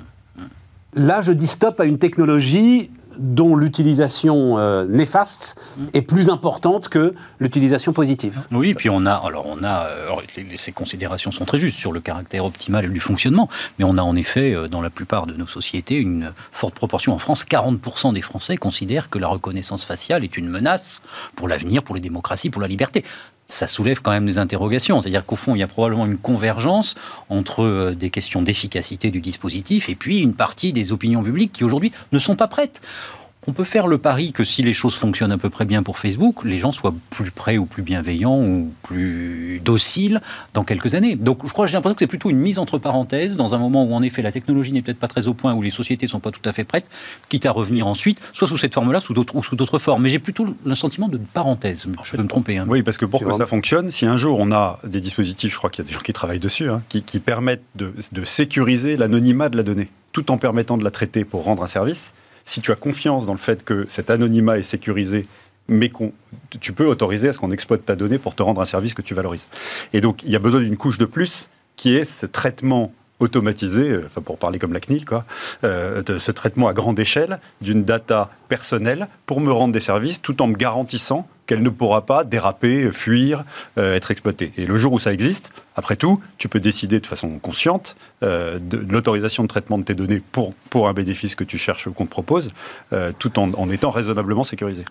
Là je dis stop à une technologie dont l'utilisation euh, néfaste est plus importante que l'utilisation positive. Oui, puis on a, alors on a, alors les, ces considérations sont très justes sur le caractère optimal du fonctionnement, mais on a en effet, dans la plupart de nos sociétés, une forte proportion. En France, quarante pour cent des Français considèrent que la reconnaissance faciale est une menace pour l'avenir, pour les démocraties, pour la liberté. Ça soulève quand même des interrogations. C'est-à-dire qu'au fond, il y a probablement une convergence entre des questions d'efficacité du dispositif et puis une partie des opinions publiques qui, aujourd'hui, ne sont pas prêtes. On peut faire le pari que si les choses fonctionnent à peu près bien pour Facebook, les gens soient plus prêts ou plus bienveillants ou plus dociles dans quelques années. Donc je crois, j'ai l'impression que c'est plutôt une mise entre parenthèses dans un moment où en effet la technologie n'est peut-être pas très au point, où les sociétés ne sont pas tout à fait prêtes, quitte à revenir ensuite, soit sous cette forme-là, sous d'autres, ou sous d'autres formes. Mais j'ai plutôt le sentiment de parenthèse. Je peux me tromper. Hein. Oui, parce que pour que ça fonctionne, si un jour on a des dispositifs, je crois qu'il y a des gens qui travaillent dessus, hein, qui, qui permettent de, de sécuriser l'anonymat de la donnée, tout en permettant de la traiter pour rendre un service. Si tu as confiance dans le fait que cet anonymat est sécurisé, mais qu'on, tu peux autoriser à ce qu'on exploite ta donnée pour te rendre un service que tu valorises. Et donc, il y a besoin d'une couche de plus, qui est ce traitement automatisé, enfin pour parler comme la C N I L, quoi, euh, de ce traitement à grande échelle d'une data personnelle pour me rendre des services, tout en me garantissant qu'elle ne pourra pas déraper, fuir, euh, être exploitée. Et le jour où ça existe, après tout, tu peux décider de façon consciente euh, de, de l'autorisation de traitement de tes données pour, pour un bénéfice que tu cherches ou qu'on te propose, euh, tout en, en étant raisonnablement sécurisé.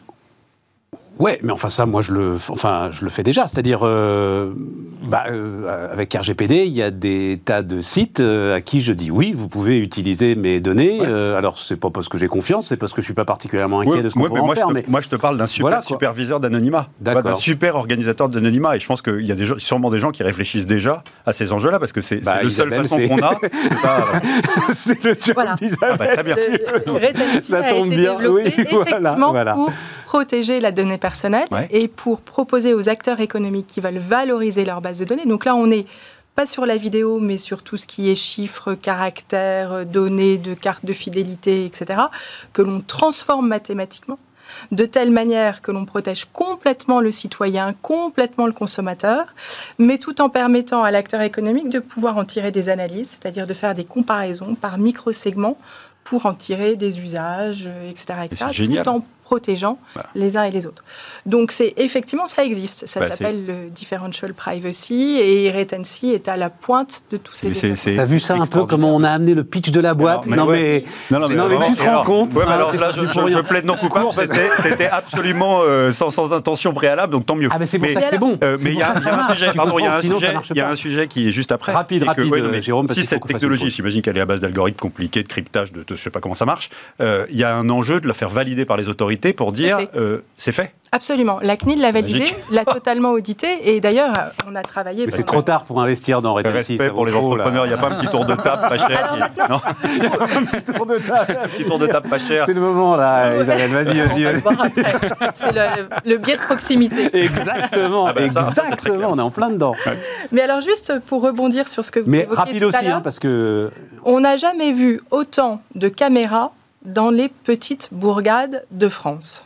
Ouais, mais enfin ça, moi je le, enfin je le fais déjà. C'est-à-dire, euh, bah, euh, avec R G P D, il y a des tas de sites euh, à qui je dis oui, vous pouvez utiliser mes données. Ouais. Euh, alors c'est pas parce que j'ai confiance, c'est parce que je suis pas particulièrement inquiet ouais, de ce qu'on ouais, pourrait en moi, faire. Je te, mais moi, je te parle d'un super voilà, superviseur d'anonymat, d'un super organisateur d'anonymat. Et je pense qu'il y a des gens, sûrement des gens qui réfléchissent déjà à ces enjeux-là, parce que c'est bah, la seule façon c'est... qu'on a. C'est, pas... c'est le job voilà. d'Isabelle. Ah bah, très bien. Retency a été bien. développé oui, effectivement voilà, voilà. pour protéger la donnée personnelle ouais. et pour proposer aux acteurs économiques qui veulent valoriser leur base de données. Donc là, on n'est pas sur la vidéo, mais sur tout ce qui est chiffres, caractères, données de cartes de fidélité, et cetera, que l'on transforme mathématiquement, de telle manière que l'on protège complètement le citoyen, complètement le consommateur, mais tout en permettant à l'acteur économique de pouvoir en tirer des analyses, c'est-à-dire de faire des comparaisons par micro-segments pour en tirer des usages, et cetera, et cetera, tout en protégeant voilà. les uns et les autres. Donc, c'est, effectivement, ça existe. Ça bah, s'appelle c'est... le Differential Privacy et Retency est à la pointe de tous ces développements. T'as vu ça un peu, comment on a amené le pitch de la boîte? alors, Non, mais, non, non, mais, non, mais tu te rends compte ouais, mais alors là, je, je, je plaide non coupable. C'était, c'était absolument euh, sans, sans intention préalable, donc tant mieux. Ah, mais c'est pour mais, ça que c'est bon. Euh, mais il y a un sujet, pardon, il y a un sujet, il y a un sujet qui est juste après. Rapide, rapide, Jérôme. Si cette technologie, j'imagine qu'elle est à base d'algorithmes compliqués, de cryptage, de je sais pas comment ça marche, il y a un enjeu de la faire valider par les autorités pour dire Euh, c'est fait. Absolument. La C N I L l'a validé, Magique. l'a totalement audité, et d'ailleurs, on a travaillé... Mais c'est trop tard pour investir dans Retency. Respect pour les entrepreneurs, il n'y a pas un petit tour de table pas cher. Alors qui... non. un petit tour de table. Un petit tour de table pas cher. C'est le moment, là, Isabelle, vas-y, vas-y. On va se voir après. C'est le, le biais de proximité. Exactement, ah ben ça, exactement, ça, on est en plein dedans. Ouais. Mais alors, juste pour rebondir sur ce que vous Mais évoquiez rapide tout aussi, à l'heure, hein, parce que... On n'a jamais vu autant de caméras dans les petites bourgades de France.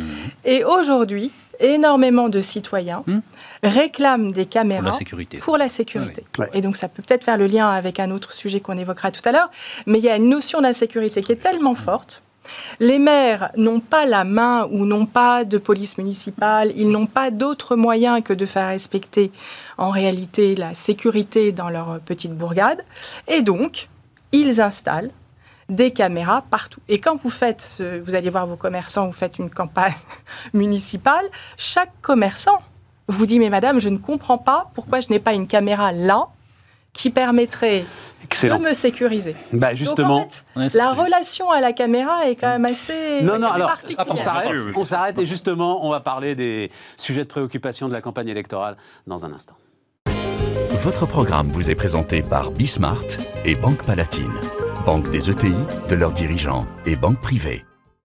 Et aujourd'hui, énormément de citoyens mmh. réclament des caméras pour la sécurité. Pour la sécurité. Ah oui. Ouais. Et donc, ça peut peut-être faire le lien avec un autre sujet qu'on évoquera tout à l'heure, mais il y a une notion d'insécurité qui est tellement forte. Les maires n'ont pas la main ou n'ont pas de police municipale, ils n'ont pas d'autres moyens que de faire respecter en réalité la sécurité dans leur petite bourgade. Et donc, ils installent des caméras partout. Et quand vous faites, vous allez voir vos commerçants, vous faites une campagne municipale, chaque commerçant vous dit « Mais madame, je ne comprends pas pourquoi je n'ai pas une caméra là qui permettrait Excellent. de me sécuriser. » Bah justement, donc, en fait, ouais, la relation à la caméra est quand même assez non, non, alors, particulière. On s'arrête, on s'arrête et justement, on va parler des sujets de préoccupation de la campagne électorale dans un instant. Votre programme vous est présenté par Bismart et Banque Palatine. Banque des E T I, de leurs dirigeants et banque privée.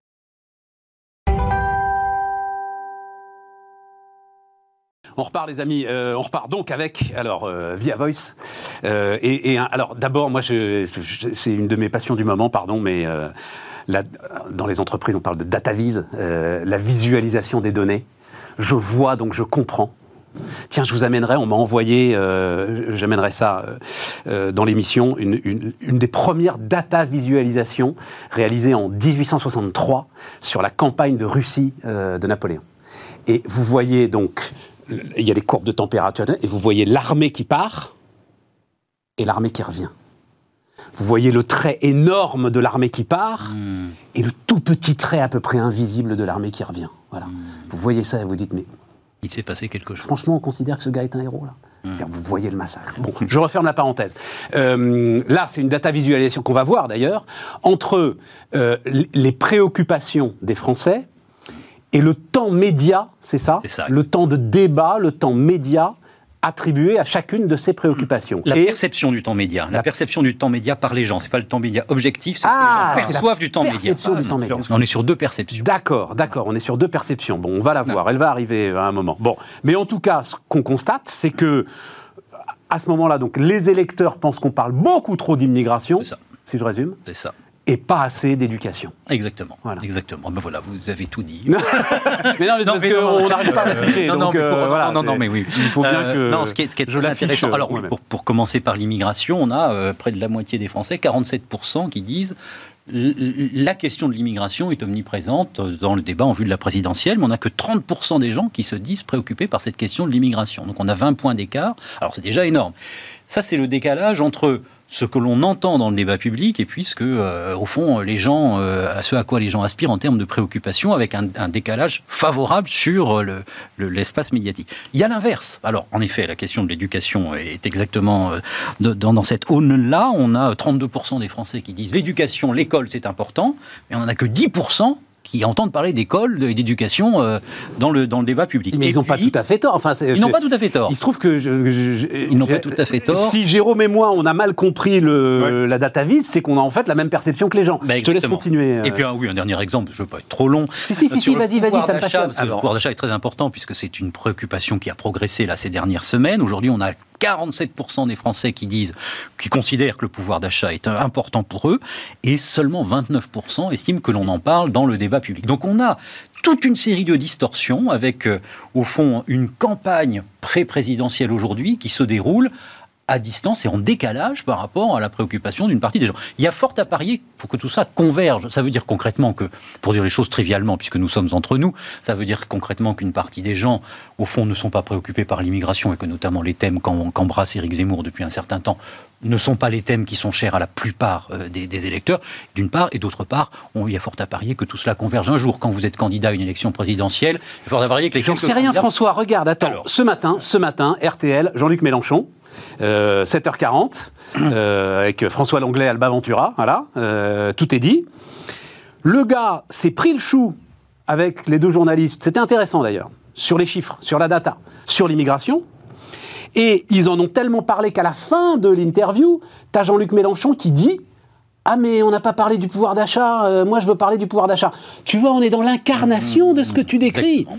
On repart, les amis. Euh, on repart donc avec alors euh, Via Voice. Euh, et, et alors d'abord, moi, je, je, c'est une de mes passions du moment, pardon, mais euh, la, dans les entreprises, on parle de data vise, euh, la visualisation des données. Je vois, donc je comprends. Tiens, je vous amènerai, on m'a envoyé, euh, j'amènerai ça euh, dans l'émission, une, une, une des premières data visualisations réalisées en dix-huit cent soixante-trois sur la campagne de Russie euh, de Napoléon. Et vous voyez donc, il y a les courbes de température, et vous voyez l'armée qui part et l'armée qui revient. Vous voyez le trait énorme de l'armée qui part mmh. et le tout petit trait à peu près invisible de l'armée qui revient. Voilà. Mmh. Vous voyez ça et vous dites, mais... Il s'est passé quelque chose. Franchement, on considère que ce gars est un héros, là. C'est-à-dire, vous voyez le massacre. Bon, je referme la parenthèse. Euh, là, c'est une data visualisation qu'on va voir d'ailleurs, entre euh, les préoccupations des Français et le temps média, c'est ça, c'est ça. Le temps de débat, le temps média attribué à chacune de ces préoccupations. La et perception du temps média, la, la perception du temps média par les gens. C'est pas le temps média objectif, c'est ah, ce que les gens perçoivent du temps média. Perception du temps média. On est sur deux perceptions. D'accord, d'accord, on est sur deux perceptions. Bon, on va la voir, non. Elle va arriver à un moment. Bon, mais en tout cas, ce qu'on constate, c'est que à ce moment-là, donc, les électeurs pensent qu'on parle beaucoup trop d'immigration, c'est ça. Si je résume. C'est ça. Et pas assez d'éducation. Exactement. Voilà. Exactement. Ben voilà, vous avez tout dit. mais non, mais c'est parce qu'on n'arrive pas à réfléchir. Non, non, donc, mais pour, euh, voilà, non, non, mais oui. Il faut bien que. Euh, non, ce qui est, ce qui est très intéressant. Alors, oui, pour, pour commencer par l'immigration, on a euh, près de la moitié des Français, quarante-sept pour cent, qui disent la question de l'immigration est omniprésente dans le débat en vue de la présidentielle, mais on n'a que trente pour cent des gens qui se disent préoccupés par cette question de l'immigration. Donc on a vingt points d'écart. Alors c'est déjà énorme. Ça, c'est le décalage entre ce que l'on entend dans le débat public et puis ce que, euh, au fond, les gens, euh, ce à quoi les gens aspirent en termes de préoccupation, avec un, un décalage favorable sur le, le, l'espace médiatique. Il y a l'inverse. Alors, en effet, la question de l'éducation est exactement euh, de, dans, dans cette aune-là. On a trente-deux pour cent des Français qui disent l'éducation, l'école, c'est important, mais on n'en a que dix pour cent qui entendent parler d'école et d'éducation euh, dans, le, dans le débat public. Mais et ils n'ont pas tout à fait tort. Enfin, ils n'ont pas tout à fait tort. Il se trouve que... Je, je, je, ils n'ont pas tout à fait tort. Si Jérôme et moi, on a mal compris le, ouais. la data vis, c'est qu'on a en fait la même perception que les gens. Bah, je te laisse continuer. Et puis, un, oui, un dernier exemple, je ne veux pas être trop long. Si, si, si, si vas-y, vas-y, ça me passionne. Le pouvoir d'achat est très important puisque c'est une préoccupation qui a progressé là, ces dernières semaines. Aujourd'hui, on a quarante-sept pour cent des Français qui disent, qui considèrent que le pouvoir d'achat est important pour eux, et seulement vingt-neuf pour cent estiment que l'on en parle dans le débat public. Donc on a toute une série de distorsions avec, euh, au fond, une campagne pré-présidentielle aujourd'hui qui se déroule à distance et en décalage par rapport à la préoccupation d'une partie des gens. Il y a fort à parier pour que tout ça converge. Ça veut dire concrètement que, pour dire les choses trivialement, puisque nous sommes entre nous, ça veut dire concrètement qu'une partie des gens, au fond, ne sont pas préoccupés par l'immigration et que notamment les thèmes qu'embrasse Éric Zemmour depuis un certain temps ne sont pas les thèmes qui sont chers à la plupart des, des électeurs, d'une part, et d'autre part, on, il y a fort à parier que tout cela converge un jour. Quand vous êtes candidat à une élection présidentielle, il y a fort à parier que les... J'en sais rien, candidats... François, regarde, attends, Alors, ce matin, ce matin, R T L, Jean-Luc Mélenchon, Euh, sept heures quarante, euh, avec François Langlais, Alba Ventura, voilà, euh, tout est dit. Le gars s'est pris le chou avec les deux journalistes, c'était intéressant d'ailleurs, sur les chiffres, sur la data, sur l'immigration, et ils en ont tellement parlé qu'à la fin de l'interview, t'as Jean-Luc Mélenchon qui dit « Ah mais on n'a pas parlé du pouvoir d'achat, euh, moi je veux parler du pouvoir d'achat ». Tu vois, on est dans l'incarnation de ce que tu décris. Exactement.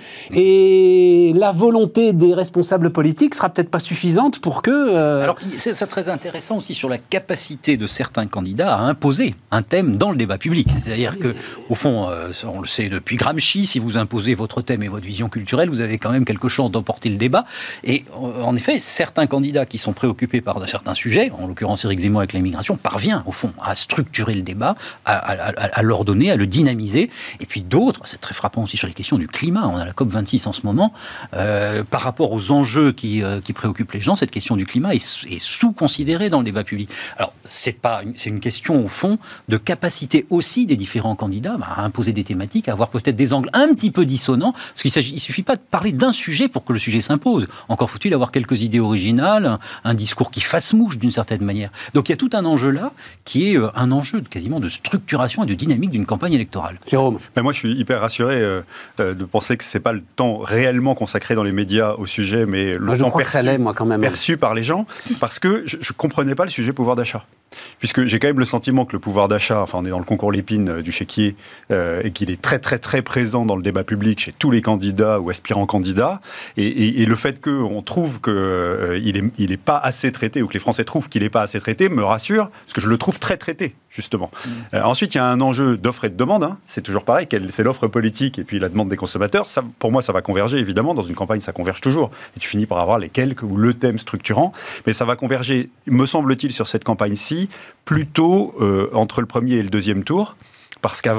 Et la volonté des responsables politiques sera peut-être pas suffisante pour que... Euh... Alors c'est, c'est très intéressant aussi sur la capacité de certains candidats à imposer un thème dans le débat public. C'est-à-dire que, au fond, euh, on le sait depuis Gramsci, si vous imposez votre thème et votre vision culturelle, vous avez quand même quelque chose d'emporter le débat. Et en effet, certains candidats qui sont préoccupés par certains sujets, en l'occurrence Éric Zemmour avec l'immigration, parvient au fond à structurer le débat, à, à, à l'ordonner, à le dynamiser. Et puis d'autres, c'est très frappant aussi sur les questions du climat. On a la COP vingt-six en ce moment. Euh, par rapport aux enjeux qui, euh, qui préoccupent les gens, cette question du climat est, est sous-considérée dans le débat public. Alors, c'est, pas, c'est une question, au fond, de capacité aussi des différents candidats bah, à imposer des thématiques, à avoir peut-être des angles un petit peu dissonants, parce qu'il ne suffit pas de parler d'un sujet pour que le sujet s'impose. Encore faut-il avoir quelques idées originales, un, un discours qui fasse mouche d'une certaine manière. Donc, il y a tout un enjeu là, qui est euh, un enjeu de, quasiment de structuration et de dynamique d'une campagne électorale. Jérôme. Mais moi, je suis hyper rassuré euh, euh, de penser que ce n'est pas le temps réellement consacré dans les médias au sujet, mais le moi, je temps crois perçu, que ça l'est, moi, quand même. perçu par les gens, parce que je ne comprenais pas le sujet pouvoir d'achat. Puisque j'ai quand même le sentiment que le pouvoir d'achat, enfin on est dans le concours Lépine euh, du chéquier, euh, et qu'il est très très très présent dans le débat public chez tous les candidats ou aspirants candidats, et, et, et le fait qu'on trouve qu'il euh, n'est il est pas assez traité, ou que les Français trouvent qu'il n'est pas assez traité, me rassure, parce que je le trouve très traité, justement. Mmh. Euh, ensuite, il y a un enjeu d'offre et de demande, hein. C'est toujours pareil, c'est l'offre politique et puis la demande des consommateurs. Ça, pour moi, ça va converger, évidemment, dans une campagne, ça converge toujours, et tu finis par avoir les quelques ou le thème structurant, mais ça va converger, me semble-t-il, sur cette campagne-ci, plutôt euh, entre le premier et le deuxième tour, parce qu'avant,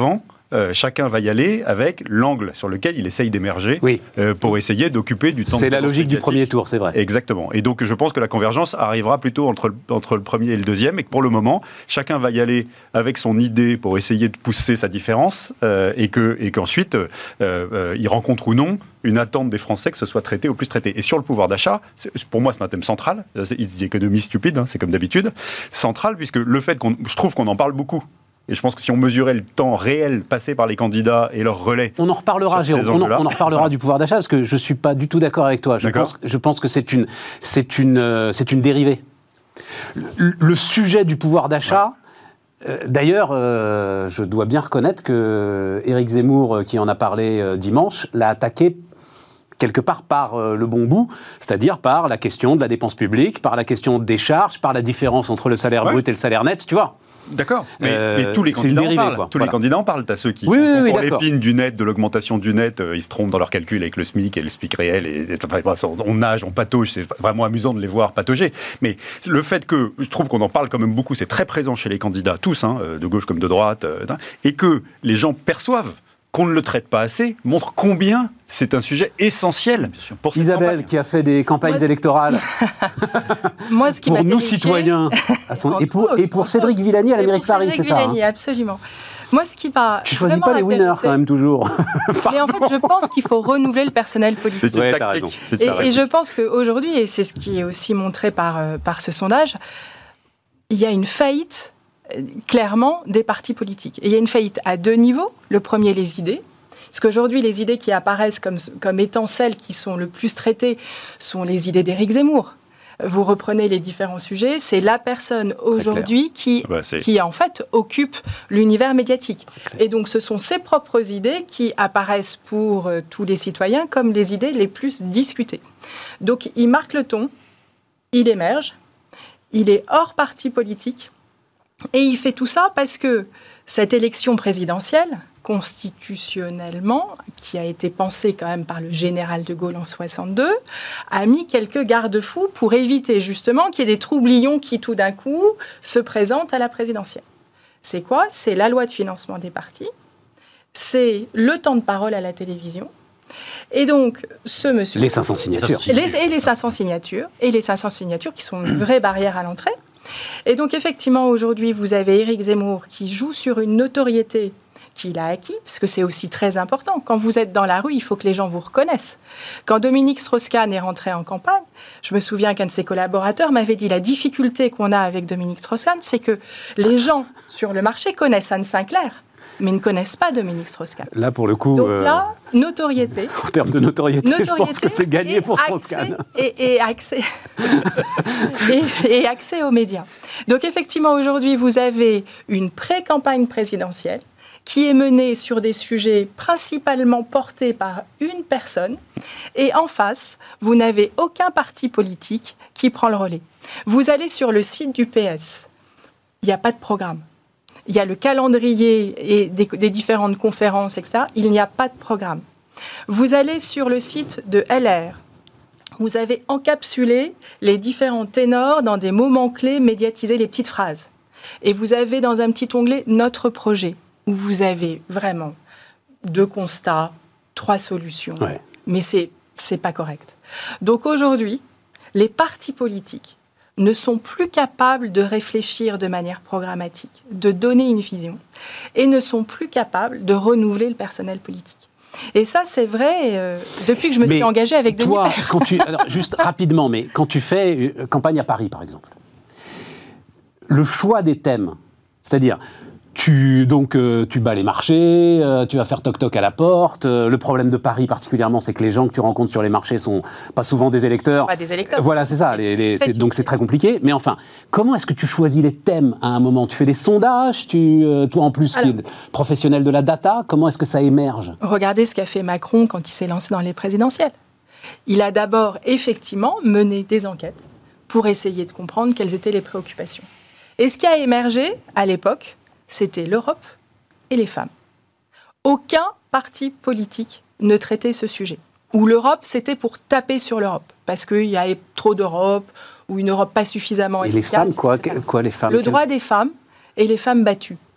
euh, chacun va y aller avec l'angle sur lequel il essaye d'émerger oui. euh, pour essayer d'occuper du temps. C'est la logique du premier tour, c'est vrai. Exactement. Et donc je pense que la convergence arrivera plutôt entre le, entre le premier et le deuxième, et que pour le moment, chacun va y aller avec son idée pour essayer de pousser sa différence, euh, et, que, et qu'ensuite, euh, euh, il rencontre ou non une attente des Français que ce soit traité au plus traité. Et sur le pouvoir d'achat, pour moi, c'est un thème central. It's the economy stupid, hein, c'est comme d'habitude. Central, puisque le fait qu'on... Je trouve qu'on en parle beaucoup. Et je pense que si on mesurait le temps réel passé par les candidats et leur relais... On en reparlera, Jérôme, on, en, on en reparlera voilà. du pouvoir d'achat, parce que je ne suis pas du tout d'accord avec toi. Je, pense, je pense que c'est une, c'est une, euh, c'est une dérivée. Le, le sujet du pouvoir d'achat... Ouais. Euh, d'ailleurs, euh, je dois bien reconnaître que Éric Zemmour, qui en a parlé euh, dimanche, l'a attaqué quelque part par euh, le bon bout, c'est-à-dire par la question de la dépense publique, par la question des charges, par la différence entre le salaire ouais. brut et le salaire net, tu vois. D'accord, mais, euh, mais tous les candidats dérivée, en parlent. Quoi. Tous voilà. les candidats en parlent. T'as ceux qui oui, sont oui, pour oui, l'épine du net, de l'augmentation du net, euh, ils se trompent dans leurs calculs avec le SMIC et le SMIC réel. Et, et, enfin, bref, on nage, on patauge, c'est vraiment amusant de les voir patauger. Mais le fait que, je trouve qu'on en parle quand même beaucoup, c'est très présent chez les candidats, tous, hein, de gauche comme de droite, euh, et que les gens perçoivent qu'on ne le traite pas assez, montre combien c'est un sujet essentiel pour cette Isabelle, campagne. Qui a fait des campagnes Moi, électorales Moi, ce qui pour m'a nous, terrifié... citoyens, à son... et, pour, et pour Cédric Villani à la mairie de Paris, c'est ça Villani, hein. Absolument. Moi, ce qui m'a Tu choisis pas les winners, quand même, toujours. Mais en fait, je pense qu'il faut renouveler le personnel politique. C'est une ouais, tactique. Et, et je pense qu'aujourd'hui, et c'est ce qui est aussi montré par, euh, par ce sondage, il y a une faillite, clairement, des partis politiques. Et il y a une faillite à deux niveaux. Le premier, les idées. Parce qu'aujourd'hui, les idées qui apparaissent comme, comme étant celles qui sont le plus traitées sont les idées d'Éric Zemmour. Vous reprenez les différents sujets, c'est la personne aujourd'hui qui, bah, qui, en fait, occupe l'univers médiatique. Et donc, ce sont ses propres idées qui apparaissent pour euh, tous les citoyens comme les idées les plus discutées. Donc, il marque le ton, il émerge, il est hors parti politique, et il fait tout ça parce que cette élection présidentielle, constitutionnellement, qui a été pensée quand même par le général de Gaulle en soixante-deux, a mis quelques garde-fous pour éviter justement qu'il y ait des troublions qui tout d'un coup se présentent à la présidentielle. C'est quoi ? C'est la loi de financement des partis, c'est le temps de parole à la télévision, et donc ce monsieur... Les cinq cents signatures. Les, et les cinq cents signatures, et les cinq cents signatures qui sont une vraie barrière à l'entrée. Et donc effectivement, aujourd'hui, vous avez Éric Zemmour qui joue sur une notoriété qu'il a acquis, parce que c'est aussi très important. Quand vous êtes dans la rue, il faut que les gens vous reconnaissent. Quand Dominique Strauss-Kahn est rentré en campagne, je me souviens qu'un de ses collaborateurs m'avait dit la difficulté qu'on a avec Dominique Strauss-Kahn, c'est que les gens sur le marché connaissent Anne Sinclair, mais ne connaissent pas Dominique Strauss-Kahn. Là, pour le coup... Donc euh... là, notoriété. En termes de notoriété, notoriété je pense que c'est gagné pour Strauss-Kahn. Et, et, accès, et, et accès aux médias. Donc effectivement, aujourd'hui, vous avez une pré-campagne présidentielle qui est menée sur des sujets principalement portés par une personne. Et en face, vous n'avez aucun parti politique qui prend le relais. Vous allez sur le site du P S, il n'y a pas de programme. Il y a le calendrier et des, des différentes conférences, et cetera. Il n'y a pas de programme. Vous allez sur le site de L R. Vous avez encapsulé les différents ténors dans des moments clés, médiatisé les petites phrases. Et vous avez dans un petit onglet « Notre projet », où vous avez vraiment deux constats, trois solutions. Ouais. Mais c'est, c'est pas correct. Donc aujourd'hui, les partis politiques ne sont plus capables de réfléchir de manière programmatique, de donner une vision, et ne sont plus capables de renouveler le personnel politique. Et ça, c'est vrai euh, depuis que je me mais suis engagée avec Denis toi, Père. Quand tu, alors, juste rapidement, mais quand tu fais une campagne à Paris, par exemple, le choix des thèmes, c'est-à-dire... Tu, donc, euh, tu bats les marchés, euh, tu vas faire toc-toc à la porte. Euh, le problème de Paris, particulièrement, c'est que les gens que tu rencontres sur les marchés sont pas souvent des électeurs. Pas des électeurs. Voilà, c'est ça. Les, les, c'est, donc, c'est très compliqué. Mais enfin, comment est-ce que tu choisis les thèmes à un moment ? Tu fais des sondages, tu, euh, toi en plus, Alors, qui est professionnel de la data, comment est-ce que ça émerge ? Regardez ce qu'a fait Macron quand il s'est lancé dans les présidentielles. Il a d'abord, effectivement, mené des enquêtes pour essayer de comprendre quelles étaient les préoccupations. Et ce qui a émergé, à l'époque, c'était l'Europe et les femmes. Aucun parti politique ne traitait ce sujet. Ou l'Europe, c'était pour taper sur l'Europe, parce qu'il y avait trop d'Europe, ou une Europe pas suffisamment et efficace. Et les femmes, quoi, quoi les femmes Le droit des femmes et les femmes battues.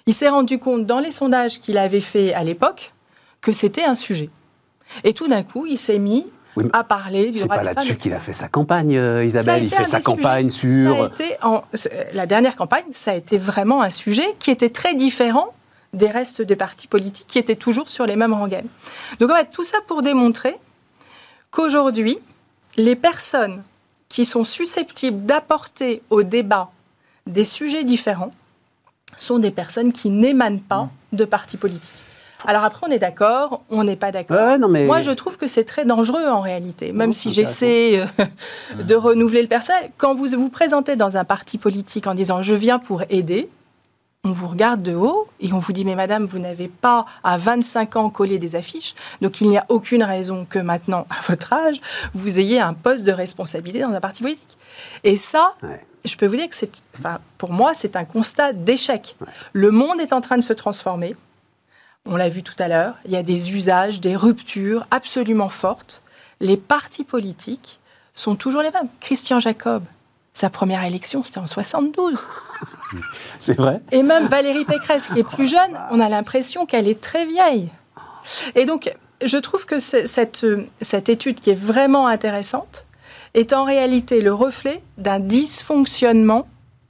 Il s'est rendu compte dans les sondages qu'il avait fait à l'époque que c'était un sujet. Et tout d'un coup, il s'est mis oui, à parler du droit des femmes. C'est pas là-dessus qu'il a fait sa campagne, euh, Isabelle. Il fait sa campagne sujets. sur... Ça a été en... La dernière campagne, ça a été vraiment un sujet qui était très différent des restes des partis politiques qui étaient toujours sur les mêmes rengaines. Donc en fait, tout ça pour démontrer qu'aujourd'hui, les personnes qui sont susceptibles d'apporter au débat des sujets différents sont des personnes qui n'émanent pas de partis politiques. Alors après, on est d'accord, on n'est pas d'accord. Ouais, non, mais... Moi, je trouve que c'est très dangereux en réalité, même non, si j'essaie euh, de renouveler le personnel. Quand vous vous présentez dans un parti politique en disant « je viens pour aider », on vous regarde de haut et on vous dit « mais madame, vous n'avez pas à vingt-cinq ans collé des affiches, donc il n'y a aucune raison que maintenant, à votre âge, vous ayez un poste de responsabilité dans un parti politique. » Et ça, ouais. je peux vous dire que c'est, enfin, pour moi, c'est un constat d'échec. Ouais. Le monde est en train de se transformer. On l'a vu tout à l'heure, il y a des usages, des ruptures absolument fortes. Les partis politiques sont toujours les mêmes. Christian Jacob, sa première élection, c'était en soixante-douze. C'est vrai. Et même Valérie Pécresse, qui est plus jeune, on a l'impression qu'elle est très vieille. Et donc, je trouve que cette, cette étude qui est vraiment intéressante est en réalité le reflet d'un dysfonctionnement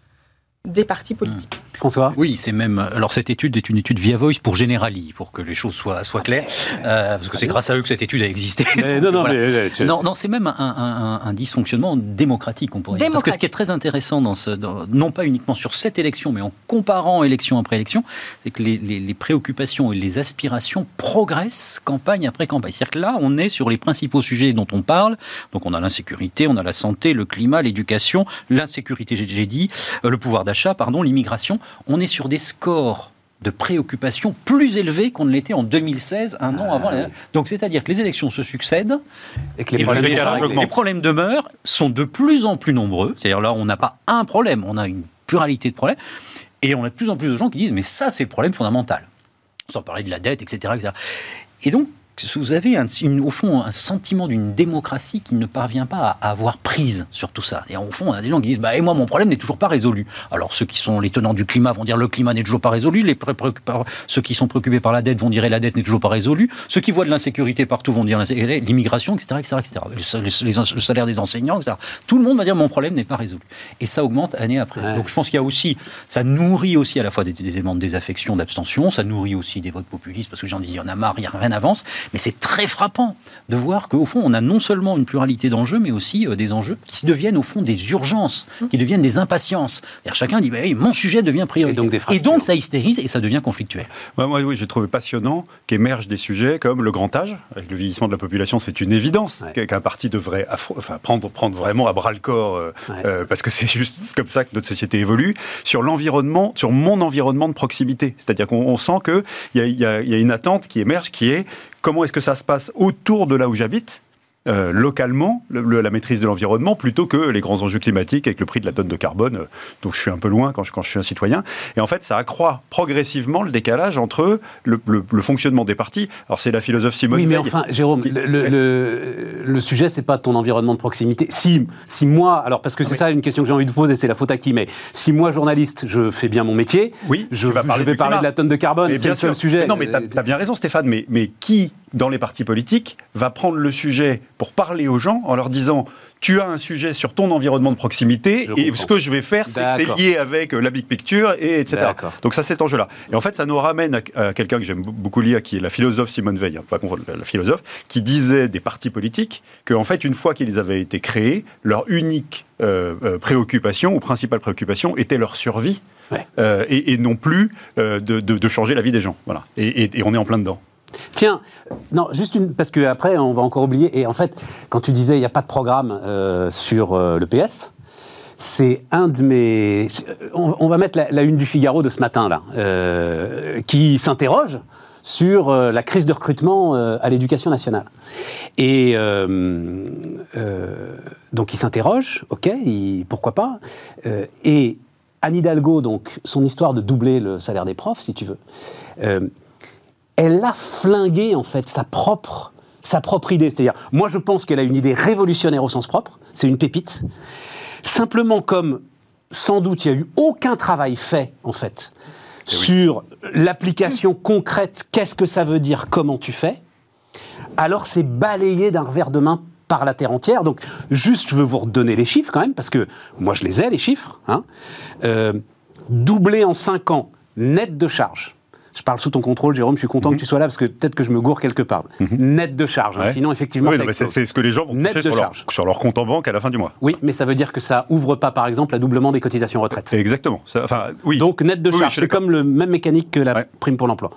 des partis politiques. Mmh. François ? Oui, c'est même... Alors, cette étude est une étude via Voice pour Generali, pour que les choses soient, soient claires, euh, parce que c'est grâce à eux que cette étude a existé. Mais non, non, voilà. mais... C'est... Non, non, c'est même un, un, un, un dysfonctionnement démocratique, on pourrait dire. Parce que ce qui est très intéressant, dans ce, dans, non pas uniquement sur cette élection, mais en comparant élection après élection, c'est que les, les, les préoccupations et les aspirations progressent campagne après campagne. C'est-à-dire que là, on est sur les principaux sujets dont on parle. Donc, on a l'insécurité, on a la santé, le climat, l'éducation, l'insécurité, j'ai dit, le pouvoir d'achat, pardon, l'immigration. On est sur des scores de préoccupation plus élevés qu'on ne l'était en deux mille seize, un an ah, avant. Oui. Donc, c'est-à-dire que les élections se succèdent et que les, et problèmes, les, les problèmes demeurent, sont de plus en plus nombreux. C'est-à-dire là, on n'a pas un problème, on a une pluralité de problèmes. Et on a de plus en plus de gens qui disent « mais ça, c'est le problème fondamental ». Sans parler de la dette, et cetera et cetera. Et donc, vous avez un, une, au fond un sentiment d'une démocratie qui ne parvient pas à avoir prise sur tout ça. Et au fond, on a des gens qui disent bah, « et moi, mon problème n'est toujours pas résolu ». Alors, ceux qui sont les tenants du climat vont dire « le climat n'est toujours pas résolu ». Les pré- pré- ceux qui sont préoccupés par la dette vont dire « la dette n'est toujours pas résolue ». Ceux qui voient de l'insécurité partout vont dire « l'immigration, et cetera et cetera et cetera. Le, les, le salaire des enseignants, et cetera. Tout le monde va dire « mon problème n'est pas résolu ». Et ça augmente année après. Ouais. Donc, je pense qu'il y a aussi, ça nourrit aussi à la fois des, des éléments de désaffection, d'abstention, ça nourrit aussi des votes populistes, parce que les gens disent « il y en a marre, il y a rien n'avance ». Mais c'est très frappant de voir qu'au fond, on a non seulement une pluralité d'enjeux, mais aussi euh, des enjeux qui deviennent au fond des urgences, qui deviennent des impatiences. C'est-à-dire, chacun dit, bah, hey, mon sujet devient prioritaire. Et donc, et donc, ça hystérise et ça devient conflictuel. Bah, moi, oui, j'ai trouvé passionnant qu'émergent des sujets comme le grand âge. Avec le vieillissement de la population, c'est une évidence ouais. qu'un parti devrait affro- enfin, prendre, prendre vraiment à bras-le-corps, euh, ouais. euh, parce que c'est juste comme ça que notre société évolue. Sur l'environnement, sur mon environnement de proximité. C'est-à-dire qu'on on sent qu'il y a, y, a, y a une attente qui émerge, qui est comment est-ce que ça se passe autour de là où j'habite, euh, localement, le, le, la maîtrise de l'environnement, plutôt que les grands enjeux climatiques avec le prix de la tonne de carbone, euh, donc je suis un peu loin quand je, quand je suis un citoyen. Et en fait, ça accroît progressivement le décalage entre le, le, le fonctionnement des partis. Alors, c'est la philosophe Simone Veil. Oui, mais enfin, Jérôme, qui, le, le, ouais. le, le sujet, c'est pas ton environnement de proximité. Si, si moi, alors parce que c'est ah, ça oui. une question que j'ai envie de vous poser, c'est la faute à qui, mais si moi, journaliste, je fais bien mon métier, oui, je, je, je vais parler de la tonne de carbone, mais c'est le seul sujet. Mais non, mais t'as, t'as bien raison, Stéphane, mais, mais qui dans les partis politiques, va prendre le sujet pour parler aux gens en leur disant « tu as un sujet sur ton environnement de proximité je et comprends. Ce que je vais faire, c'est D'accord. que c'est lié avec la big picture, et etc. D'accord. » Donc ça, c'est cet enjeu-là. Et en fait, ça nous ramène à, à quelqu'un que j'aime beaucoup lire, qui est la philosophe Simone Veil, hein, pas confondre la, la philosophe, qui disait des partis politiques qu'en fait, une fois qu'ils avaient été créés, leur unique euh, euh, préoccupation, ou principale préoccupation, était leur survie, ouais. euh, et, et non plus euh, de, de, de changer la vie des gens. Voilà. Et, et, et on est en plein dedans. Tiens, non, juste une, parce qu'après, on va encore oublier, et en fait, quand tu disais il n'y a pas de programme euh, sur euh, le P S, c'est un de mes... On, on va mettre la, la une du Figaro de ce matin, là, euh, qui s'interroge sur euh, la crise de recrutement euh, à l'éducation nationale. Et euh, euh, donc, il s'interroge, ok, il, pourquoi pas, euh, et Anne Hidalgo, donc, son histoire de doubler le salaire des profs, si tu veux, euh, elle a flingué, en fait, sa propre, sa propre idée. C'est-à-dire, moi, je pense qu'elle a une idée révolutionnaire au sens propre. C'est une pépite. Simplement, comme, sans doute, il n'y a eu aucun travail fait, en fait, sur l'application concrète, qu'est-ce que ça veut dire, comment tu fais, alors c'est balayé d'un revers de main par la terre entière. Donc, juste, je veux vous redonner les chiffres quand même, parce que moi, je les ai, les chiffres. Hein. Euh, doublé en cinq ans, net de charge. Je parle sous ton contrôle, Jérôme, je suis content mm-hmm. que tu sois là, parce que peut-être que je me gourre quelque part. Mm-hmm. Net de charge, ouais. hein, sinon, effectivement, oui, ça non, mais c'est, c'est ce que les gens vont toucher sur leur, sur leur compte en banque à la fin du mois. Oui, mais ça veut dire que ça ouvre pas, par exemple, l'adoublement des cotisations retraite. Exactement. Ça, enfin, oui. Donc, net de charge, oui, oui, c'est comme le même mécanique que la ouais. prime pour l'emploi.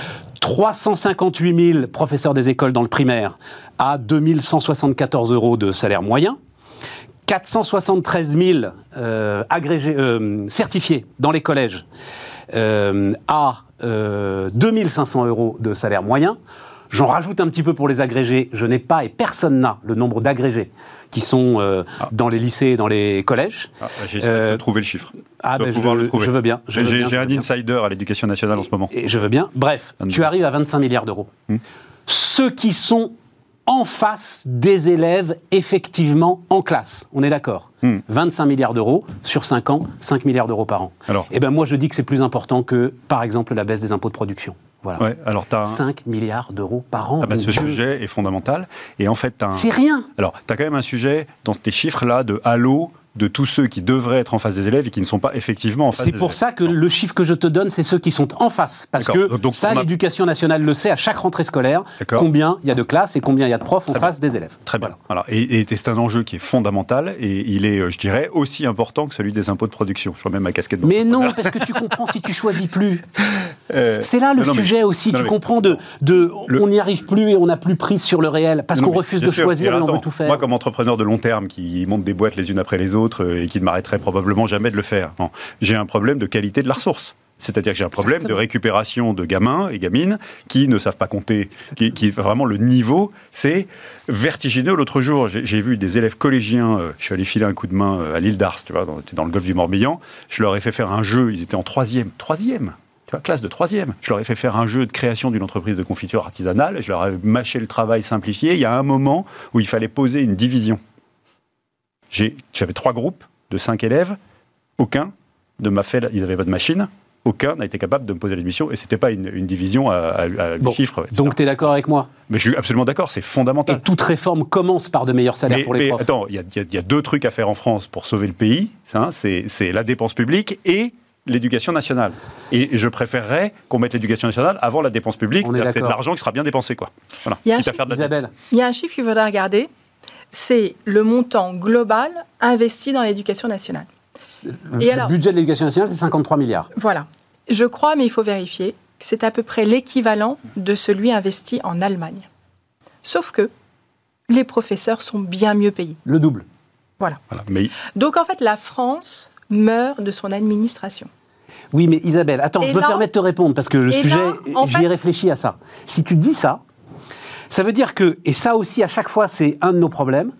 trois cent cinquante-huit mille professeurs des écoles dans le primaire à deux mille cent soixante-quatorze euros de salaire moyen, quatre cent soixante-treize mille euh, agrégés, euh, certifiés dans les collèges euh, à euh, deux mille cinq cents euros de salaire moyen. J'en rajoute un petit peu pour les agrégés. Je n'ai pas, et personne n'a, le nombre d'agrégés qui sont euh, ah. dans les lycées et dans les collèges. Ah, j'ai euh, trouvé le chiffre. Ah, ben je, le je veux bien. Je j'ai veux bien, j'ai je un veux insider bien. à l'éducation nationale en ce moment. Et, et je veux bien. Bref, un tu arrives à vingt-cinq milliards d'euros. Hmm. Ceux qui sont en face des élèves, effectivement, en classe. On est d'accord. Hmm. vingt-cinq milliards d'euros sur cinq ans, cinq milliards d'euros par an. Alors, eh ben moi, je dis que c'est plus important que, par exemple, la baisse des impôts de production. Voilà. Ouais, alors t'as un... cinq milliards d'euros par an. Ah bah ce Dieu. Sujet est fondamental. Et en fait, t'as un... C'est rien. Alors, tu as quand même un sujet dans tes chiffres-là de halo de tous ceux qui devraient être en face des élèves et qui ne sont pas effectivement en face c'est des élèves. C'est pour ça que non. le chiffre que je te donne, c'est ceux qui sont en face. Parce D'accord. que Donc, ça, a... l'éducation nationale le sait à chaque rentrée scolaire, D'accord. combien il y a de classes et combien il y a de profs en Très face bien. des élèves. Très bien. Voilà. Voilà. Et, et c'est un enjeu qui est fondamental et il est, je dirais, aussi important que celui des impôts de production. Je vois même ma casquette. Mais non, parce que tu comprends si tu choisis plus. Euh, c'est là le non, sujet mais, aussi. Non, tu mais, comprends de, de le... on n'y arrive plus et on n'a plus prise sur le réel parce non, qu'on refuse de sûr. choisir et, et on veut tout faire. Moi, comme entrepreneur de long terme qui monte des boîtes les unes après les autres et qui ne m'arrêterait probablement jamais de le faire, non. J'ai un problème de qualité de la ressource. C'est-à-dire que j'ai un problème Exactement. de récupération de gamins et gamines qui ne savent pas compter, qui, qui vraiment le niveau, c'est vertigineux. L'autre jour, j'ai, j'ai vu des élèves collégiens, euh, je suis allé filer un coup de main euh, à l'île d'Ars, tu vois, dans, dans le golfe du Morbihan, je leur ai fait faire un jeu, ils étaient en troisième, troisième, tu vois, classe de troisième. Je leur ai fait faire un jeu de création d'une entreprise de confiture artisanale, et je leur ai mâché le travail simplifié. Il y a un moment où il fallait poser une division. J'ai, j'avais trois groupes de cinq élèves, aucun ne m'a fait, ils avaient pas de machine, aucun n'a été capable de me poser l'admission, et c'était pas une, une division à, à, à bon, chiffres. et cetera. Donc tu es d'accord avec moi ? Mais je suis absolument d'accord, c'est fondamental. Et toute réforme commence par de meilleurs salaires mais, pour les mais profs. Attends, il y, y, y a deux trucs à faire en France pour sauver le pays, ça, c'est, c'est la dépense publique et l'éducation nationale. Et je préférerais qu'on mette l'éducation nationale avant la dépense publique, c'est, c'est de l'argent qui sera bien dépensé, quoi. Voilà. Il y a un chiffre, Isabelle. Il y a un chiffre qu'il faudra regarder, c'est le montant global investi dans l'éducation nationale. Le, Et alors, le budget de l'éducation nationale, c'est cinquante-trois milliards. Voilà. Je crois, mais il faut vérifier, que c'est à peu près l'équivalent de celui investi en Allemagne. Sauf que les professeurs sont bien mieux payés. Le double. Voilà. voilà mais... Donc en fait, la France meurt de son administration. Oui, mais Isabelle, attends, Et je là, me permets de te répondre, parce que le sujet, là, j'y ai réfléchi à ça. Si tu dis ça, ça veut dire que, et ça aussi à chaque fois, c'est un de nos problèmes,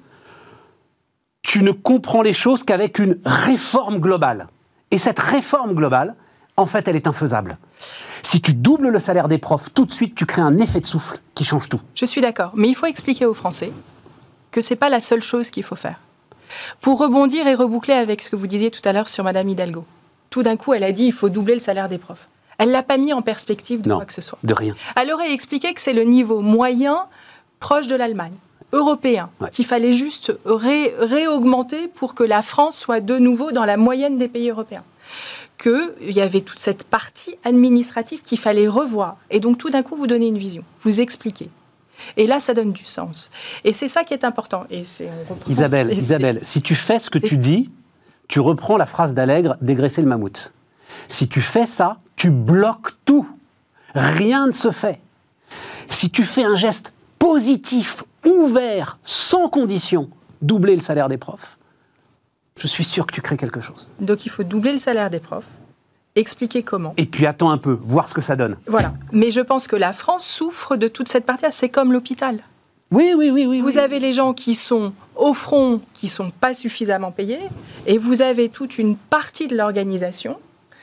tu ne comprends les choses qu'avec une réforme globale. Et cette réforme globale, en fait, elle est infaisable. Si tu doubles le salaire des profs, tout de suite, tu crées un effet de souffle qui change tout. Je suis d'accord, mais il faut expliquer aux Français que ce n'est pas la seule chose qu'il faut faire. Pour rebondir et reboucler avec ce que vous disiez tout à l'heure sur Madame Hidalgo, tout d'un coup, elle a dit qu'il faut doubler le salaire des profs. Elle ne l'a pas mis en perspective de non, quoi que ce soit. de rien. Elle aurait expliqué que c'est le niveau moyen proche de l'Allemagne, européen, ouais. qu'il fallait juste ré- réaugmenter pour que la France soit de nouveau dans la moyenne des pays européens. Qu'il y avait toute cette partie administrative qu'il fallait revoir. Et donc, tout d'un coup, vous donnez une vision, vous expliquez. Et là, ça donne du sens. Et c'est ça qui est important. Et c'est, on reprend, Isabelle, et c'est, Isabelle, si tu fais ce que c'est... tu dis, tu reprends la phrase d'Allègre, dégraisser le mammouth. Si tu fais ça, tu bloques tout. Rien ne se fait. Si tu fais un geste positif, ouvert, sans condition, doubler le salaire des profs, je suis sûr que tu crées quelque chose. Donc il faut doubler le salaire des profs, expliquer comment. Et puis attends un peu, voir ce que ça donne. Voilà. Mais je pense que la France souffre de toute cette partie-là. C'est comme l'hôpital. Oui, oui, oui, oui. Vous oui. avez les gens qui sont au front, qui ne sont pas suffisamment payés, et vous avez toute une partie de l'organisation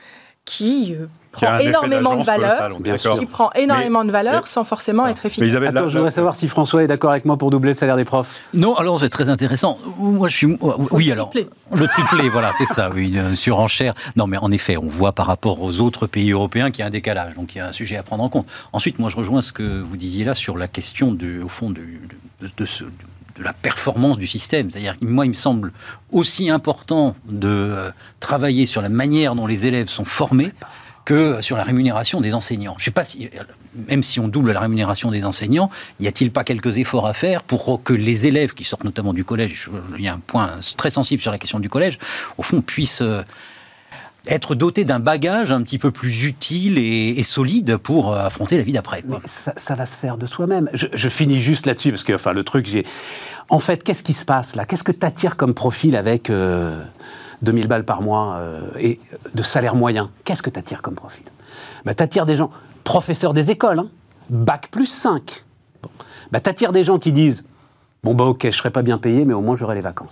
qui euh, prend énormément de valeur, qui prend énormément mais, de valeur mais, sans forcément ah, être efficace. Attends, là, je voudrais là, savoir si François est d'accord avec moi pour doubler le salaire des profs. Non, alors c'est très intéressant. Moi, je suis, oui, le alors triplé. Le triplé, voilà, c'est ça, oui, une surenchère. Non, mais en effet, on voit par rapport aux autres pays européens qu'il y a un décalage, donc il y a un sujet à prendre en compte. Ensuite, moi, je rejoins ce que vous disiez là sur la question de, au fond, de, de, de, de ce de la performance du système. C'est-à-dire, moi, il me semble aussi important de euh, travailler sur la manière dont les élèves sont formés que sur la rémunération des enseignants. Je ne sais pas si, même si on double la rémunération des enseignants, y a-t-il pas quelques efforts à faire pour que les élèves qui sortent notamment du collège, il y a un point très sensible sur la question du collège, au fond, puissent euh, être dotés d'un bagage un petit peu plus utile et, et solide pour affronter la vie d'après. Mais ça, ça va se faire de soi-même. Je, je finis juste là-dessus, parce que enfin, le truc, j'ai... En fait, qu'est-ce qui se passe là ? Qu'est-ce que tu attires comme profil avec euh, deux mille balles par mois euh, et de salaire moyen ? Qu'est-ce que tu attires comme profil ? Bah, tu attires des gens, professeurs des écoles, hein, bac plus cinq. Bon. Bah, tu attires des gens qui disent « Bon, bah ok, je ne serai pas bien payé, mais au moins j'aurai les vacances ».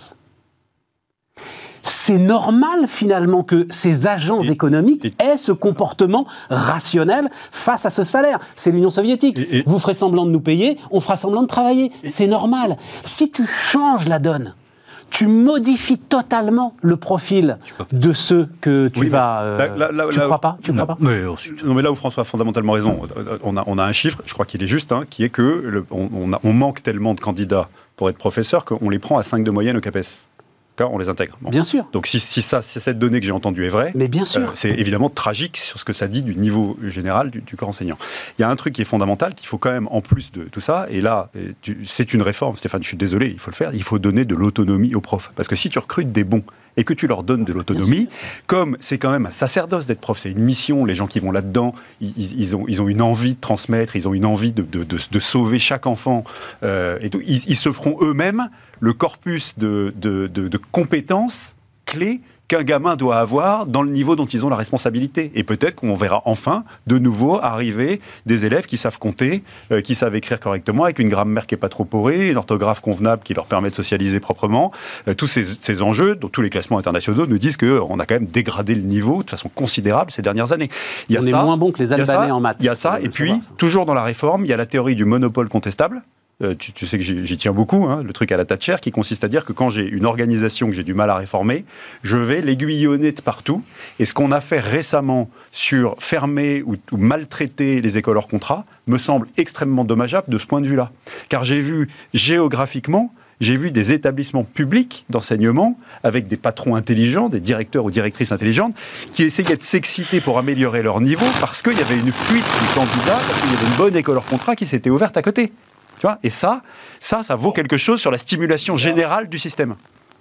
C'est normal, finalement, que ces agences et, économiques et, aient ce comportement rationnel face à ce salaire. C'est l'Union soviétique. Et, et, Vous ferez semblant de nous payer, on fera semblant de travailler. Et, c'est normal. Si tu changes la donne, tu modifies totalement le profil de ceux que tu oui, vas... Euh, là, là, tu ne crois pas, tu non, crois pas mais, non, mais là où François a fondamentalement raison, on a, on a un chiffre, je crois qu'il est juste, hein, qui est que le, on, on, a, on manque tellement de candidats pour être professeur qu'on les prend à cinq de moyenne au CAPES. On les intègre. Bon. Bien sûr. Donc si, si, ça, si cette donnée que j'ai entendue est vraie, mais bien sûr. Euh, c'est évidemment tragique sur ce que ça dit du niveau général du, du corps enseignant. Il y a un truc qui est fondamental, qu'il faut quand même, en plus de tout ça, et là, tu, c'est une réforme, Stéphane, je suis désolé, il faut le faire, il faut donner de l'autonomie aux profs. Parce que si tu recrutes des bons et que tu leur donnes de l'autonomie, comme c'est quand même un sacerdoce d'être prof, c'est une mission, les gens qui vont là-dedans, ils, ils, ont, ils ont une envie de transmettre, ils ont une envie de, de, de, de sauver chaque enfant, euh, et tout. Ils, ils se feront eux-mêmes le corpus de, de, de, de compétences clés qu'un gamin doit avoir dans le niveau dont ils ont la responsabilité. Et peut-être qu'on verra enfin, de nouveau, arriver des élèves qui savent compter, euh, qui savent écrire correctement, avec une grammaire qui n'est pas trop porée, une orthographe convenable qui leur permet de socialiser proprement. Euh, tous ces, ces enjeux, dont tous les classements internationaux nous disent qu'on a quand même dégradé le niveau de façon considérable ces dernières années. Il y a On ça, est moins bon que les Albanais en maths. Il y a ça, et puis, toujours dans la réforme, il y a la théorie du monopole contestable. Euh, tu, tu sais que j'y, j'y tiens beaucoup, hein, le truc à la Thatcher, qui consiste à dire que quand j'ai une organisation que j'ai du mal à réformer, je vais l'aiguillonner de partout. Et ce qu'on a fait récemment sur fermer ou, ou maltraiter les écoles hors contrat me semble extrêmement dommageable de ce point de vue-là. Car j'ai vu géographiquement, j'ai vu des établissements publics d'enseignement avec des patrons intelligents, des directeurs ou directrices intelligentes, qui essayaient de s'exciter pour améliorer leur niveau parce qu'il y avait une fuite du candidat, parce qu'il y avait une bonne école hors contrat qui s'était ouverte à côté. Tu vois, et ça, ça, ça vaut quelque chose sur la stimulation générale du système.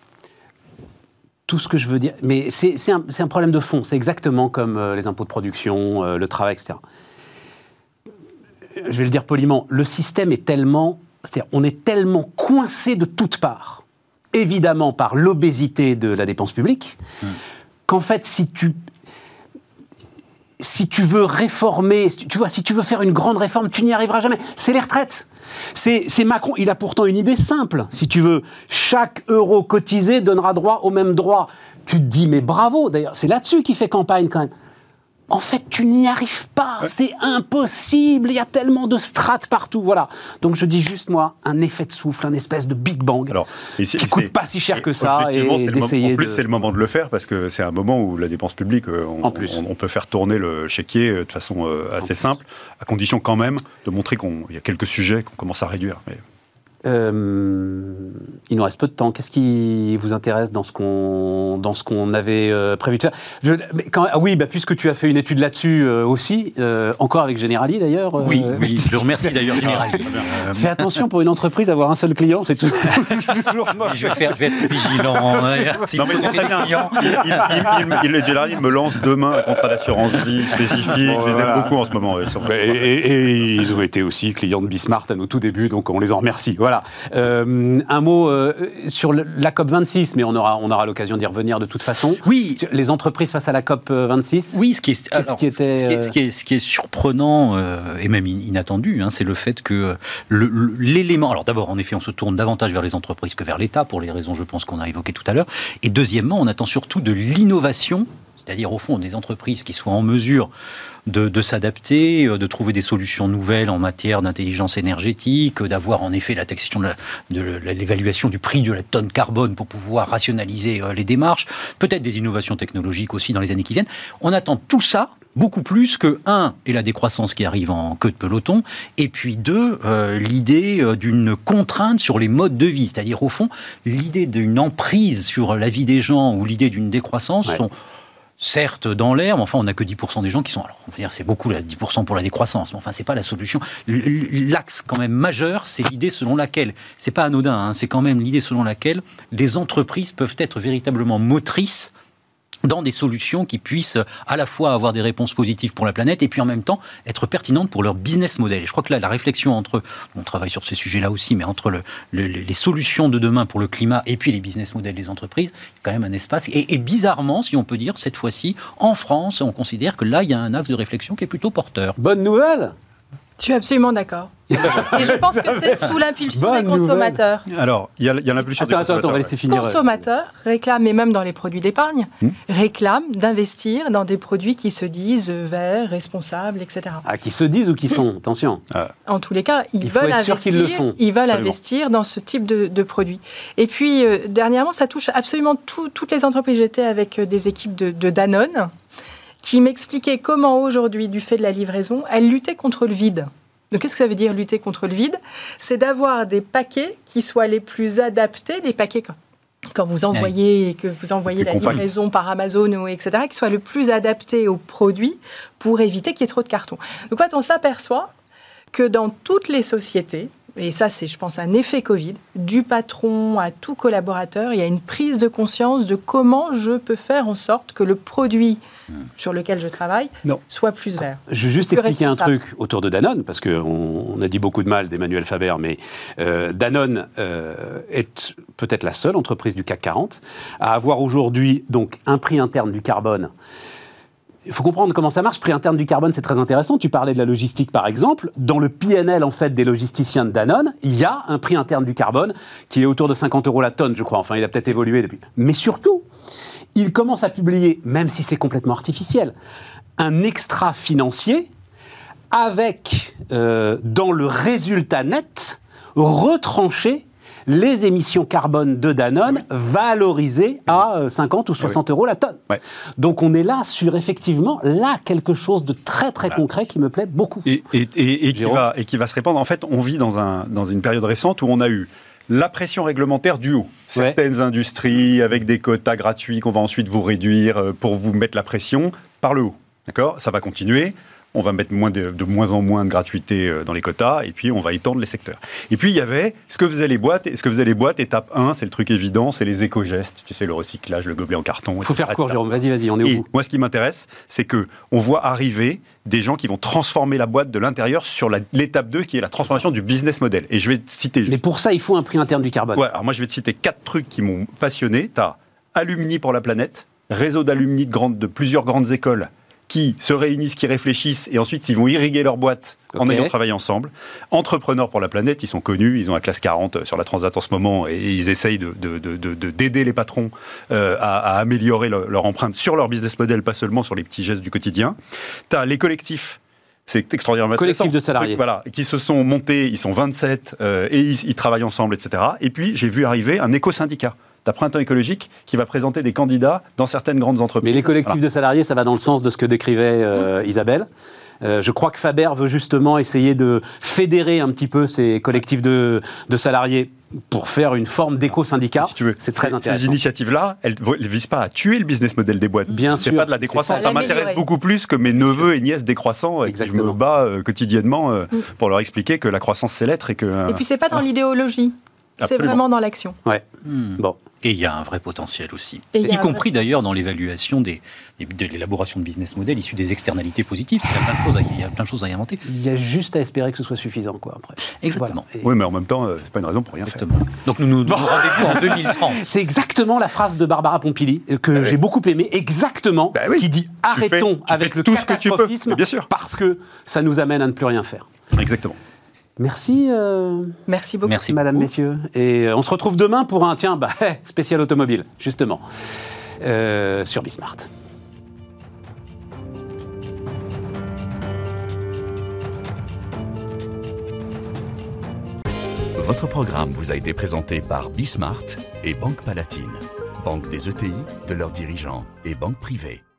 Tout ce que je veux dire, mais c'est, c'est, un, c'est un problème de fond. C'est exactement comme euh, les impôts de production, euh, le travail, et cetera. Je vais le dire poliment, le système est tellement, c'est-à-dire, on est tellement coincé de toutes parts, évidemment par l'obésité de la dépense publique, mmh. qu'en fait, si tu si tu veux réformer, tu vois, si tu veux faire une grande réforme, tu n'y arriveras jamais. C'est les retraites. C'est, c'est Macron, il a pourtant une idée simple, si tu veux. Chaque euro cotisé donnera droit au même droit. Tu te dis, mais bravo, d'ailleurs, c'est là-dessus qu'il fait campagne quand même. En fait, tu n'y arrives pas, c'est impossible, il y a tellement de strates partout, voilà. Donc je dis juste, moi, un effet de souffle, un espèce de Big Bang, Alors, et c'est, qui ne coûte pas si cher que ça, et d'essayer En plus, de... c'est le moment de le faire, parce que c'est un moment où la dépense publique, on, on, on peut faire tourner le chéquier de façon assez simple, à condition quand même de montrer qu'il y a quelques sujets qu'on commence à réduire. Mais... Euh, il nous reste peu de temps. Qu'est-ce qui vous intéresse dans ce qu'on, dans ce qu'on avait euh, prévu de faire je, mais quand, ah oui, bah, puisque tu as fait une étude là-dessus euh, aussi, euh, encore avec Generali d'ailleurs. Euh, oui, oui, je remercie d'ailleurs Generali. Fais attention pour une entreprise, avoir un seul client, c'est tout. toujours je, vais faire, je vais être vigilant. Si non, mais c'est très bien. Il, il, il, il, Generali me lance demain un contrat d'assurance vie spécifique. Bon, je les voilà. aime beaucoup en ce moment. Et, et, et ils ont été aussi clients de Bismart à nos tout débuts, donc on les en remercie. Voilà. Euh, un mot euh, sur le, la COP vingt-six, mais on aura, on aura l'occasion d'y revenir de toute façon. Oui. Les entreprises face à la COP vingt-six. Oui, ce qui est, alors, qui était, ce qui est, ce qui est, ce qui est surprenant euh, et même inattendu, hein, c'est le fait que le, le, l'élément... Alors d'abord, en effet, on se tourne davantage vers les entreprises que vers l'État, pour les raisons, je pense, qu'on a évoquées tout à l'heure. Et deuxièmement, on attend surtout de l'innovation C'est-à-dire, au fond, des entreprises qui soient en mesure de, de s'adapter, de trouver des solutions nouvelles en matière d'intelligence énergétique, d'avoir en effet la taxation de, la, de l'évaluation du prix de la tonne carbone pour pouvoir rationaliser les démarches, peut-être des innovations technologiques aussi dans les années qui viennent. On attend tout ça beaucoup plus que, un, et la décroissance qui arrive en queue de peloton, et puis deux, euh, l'idée d'une contrainte sur les modes de vie. C'est-à-dire, au fond, l'idée d'une emprise sur la vie des gens ou l'idée d'une décroissance ouais. sont certes dans l'air, mais enfin, on n'a que dix pour cent des gens qui sont... Alors, on va dire, c'est beaucoup, là, dix pour cent pour la décroissance, mais enfin, c'est pas la solution. L'axe, quand même, majeur, c'est l'idée selon laquelle, c'est pas anodin, hein, c'est quand même l'idée selon laquelle les entreprises peuvent être véritablement motrices dans des solutions qui puissent à la fois avoir des réponses positives pour la planète et puis en même temps être pertinentes pour leur business model. Et je crois que là, la réflexion entre, on travaille sur ces sujets-là aussi, mais entre le, le, les solutions de demain pour le climat et puis les business models des entreprises, il y a quand même un espace. Et, et bizarrement, si on peut dire, cette fois-ci, en France, on considère que là, il y a un axe de réflexion qui est plutôt porteur. Bonne nouvelle! Je suis absolument d'accord. Et je pense que c'est sous l'impulsion Bonne des consommateurs. Nouvelle. Alors, il y a, y a l'impulsion attends, des consommateurs. Attends, on va laisser finir. Les consommateurs réclament, et même dans les produits d'épargne, hmm? réclament d'investir dans des produits qui se disent verts, responsables, et cetera. Ah, qui se disent ou qui sont, attention. Ah. En tous les cas, ils il veulent investir, ils ils veulent investir dans ce type de, de produits. Et puis, euh, dernièrement, ça touche absolument tout, toutes les entreprises. J'étais avec des équipes de, de Danone qui m'expliquaient comment aujourd'hui, du fait de la livraison, elles luttaient contre le vide. Donc, qu'est-ce que ça veut dire lutter contre le vide ? C'est d'avoir des paquets qui soient les plus adaptés, les paquets quand, quand vous envoyez, que vous envoyez la compagnes. livraison par Amazon, ou et cetera, qui soient le plus adaptés aux produits pour éviter qu'il y ait trop de carton. Donc, quand on s'aperçoit que dans toutes les sociétés, et ça, c'est, je pense, un effet Covid, du patron à tout collaborateur, il y a une prise de conscience de comment je peux faire en sorte que le produit sur lequel je travaille non. soit plus vert. Je vais juste expliquer un truc autour de Danone, parce qu'on on a dit beaucoup de mal d'Emmanuel Faber, mais euh, Danone euh, est peut-être la seule entreprise du C A C quarante à avoir aujourd'hui donc, un prix interne du carbone. Il faut comprendre comment ça marche. Prix interne du carbone, c'est très intéressant. Tu parlais de la logistique, par exemple. Dans le P and L, en fait, des logisticiens de Danone, il y a un prix interne du carbone qui est autour de cinquante euros la tonne, je crois. Enfin, il a peut-être évolué depuis. Mais surtout, il commence à publier, même si c'est complètement artificiel, un extra financier avec, euh, dans le résultat net, retranché les émissions carbone de Danone oui. valorisées à cinquante ou soixante oui. euros la tonne. Ouais. Donc on est là sur effectivement là quelque chose de très très voilà. concret qui me plaît beaucoup. Et, et, et, et, qui va, et qui va se répandre. En fait, on vit dans, un, dans une période récente où on a eu la pression réglementaire du haut. Certaines ouais. industries avec des quotas gratuits qu'on va ensuite vous réduire pour vous mettre la pression par le haut. D'accord ? Ça va continuer. On va mettre moins de, de moins en moins de gratuité dans les quotas, et puis on va étendre les secteurs. Et puis il y avait ce que faisaient les boîtes, et ce que faisaient les boîtes, étape un, c'est le truc évident, c'est les éco-gestes, tu sais, le recyclage, le gobelet en carton. Il faut faire court, Jérôme, vas-y, vas-y, on est au et bout. Moi, ce qui m'intéresse, c'est qu'on voit arriver des gens qui vont transformer la boîte de l'intérieur sur la, l'étape deux, qui est la transformation du business model. Et je vais te citer... Mais pour ça, il faut un prix interne du carbone. Ouais, alors moi, je vais te citer quatre trucs qui m'ont passionné. Tu as Alumni pour la planète, réseau d'alumni de, grandes, de plusieurs grandes écoles, qui se réunissent, qui réfléchissent, et ensuite ils vont irriguer leur boîte okay. en ayant travaillé ensemble. Entrepreneurs pour la planète, ils sont connus, ils ont la classe quarante sur la Transat en ce moment, et ils essayent de, de, de, de, de, d'aider les patrons euh, à, à améliorer leur, leur empreinte sur leur business model, pas seulement sur les petits gestes du quotidien. Tu as les collectifs. C'est extraordinairement collectif de salariés. Voilà, qui se sont montés, ils sont vingt-sept, euh, et ils, ils travaillent ensemble, et cetera. Et puis, j'ai vu arriver un éco-syndicat. T'as Printemps écologique qui va présenter des candidats dans certaines grandes entreprises. Mais les collectifs voilà. de salariés, ça va dans le sens de ce que décrivait euh, mmh. Isabelle. Euh, je crois que Faber veut justement essayer de fédérer un petit peu ces collectifs de, de salariés pour faire une forme d'éco-syndicat. Si tu veux, c'est très ces, intéressant. Ces initiatives-là, elles ne visent pas à tuer le business model des boîtes. Bien c'est sûr. pas de la décroissance. Ça, ça m'intéresse beaucoup plus que mes neveux et nièces décroissants. Exactement. Je me bats euh, quotidiennement euh, mmh. pour leur expliquer que la croissance, c'est l'être. Et, que, euh, et puis, c'est pas dans l'idéologie. Absolument. C'est vraiment dans l'action. Ouais. Mmh. Bon. Et il y a un vrai potentiel aussi. Et y compris d'ailleurs dans l'évaluation des, des, de l'élaboration de business model issus des externalités positives. Il y a plein de choses à, il y a plein de choses à inventer. Il y a juste à espérer que ce soit suffisant, quoi, après. Exactement. Voilà. Et... Oui, mais en même temps, euh, c'est pas une raison pour rien exactement. faire. Donc nous nous, nous rendez-vous en deux mille trente. C'est exactement la phrase de Barbara Pompili que bah oui. j'ai beaucoup aimée, exactement, bah oui. qui dit « Arrêtons fais, avec le tout catastrophisme ce bien sûr. Parce que ça nous amène à ne plus rien faire ». Exactement. Merci, euh, merci beaucoup, merci Madame, beaucoup. Messieurs. Et euh, on se retrouve demain pour un, tiens, bah, spécial automobile, justement, euh, sur Bismart. Votre programme vous a été présenté par Bismart et Banque Palatine, banque des E T I, de leurs dirigeants et banque privée.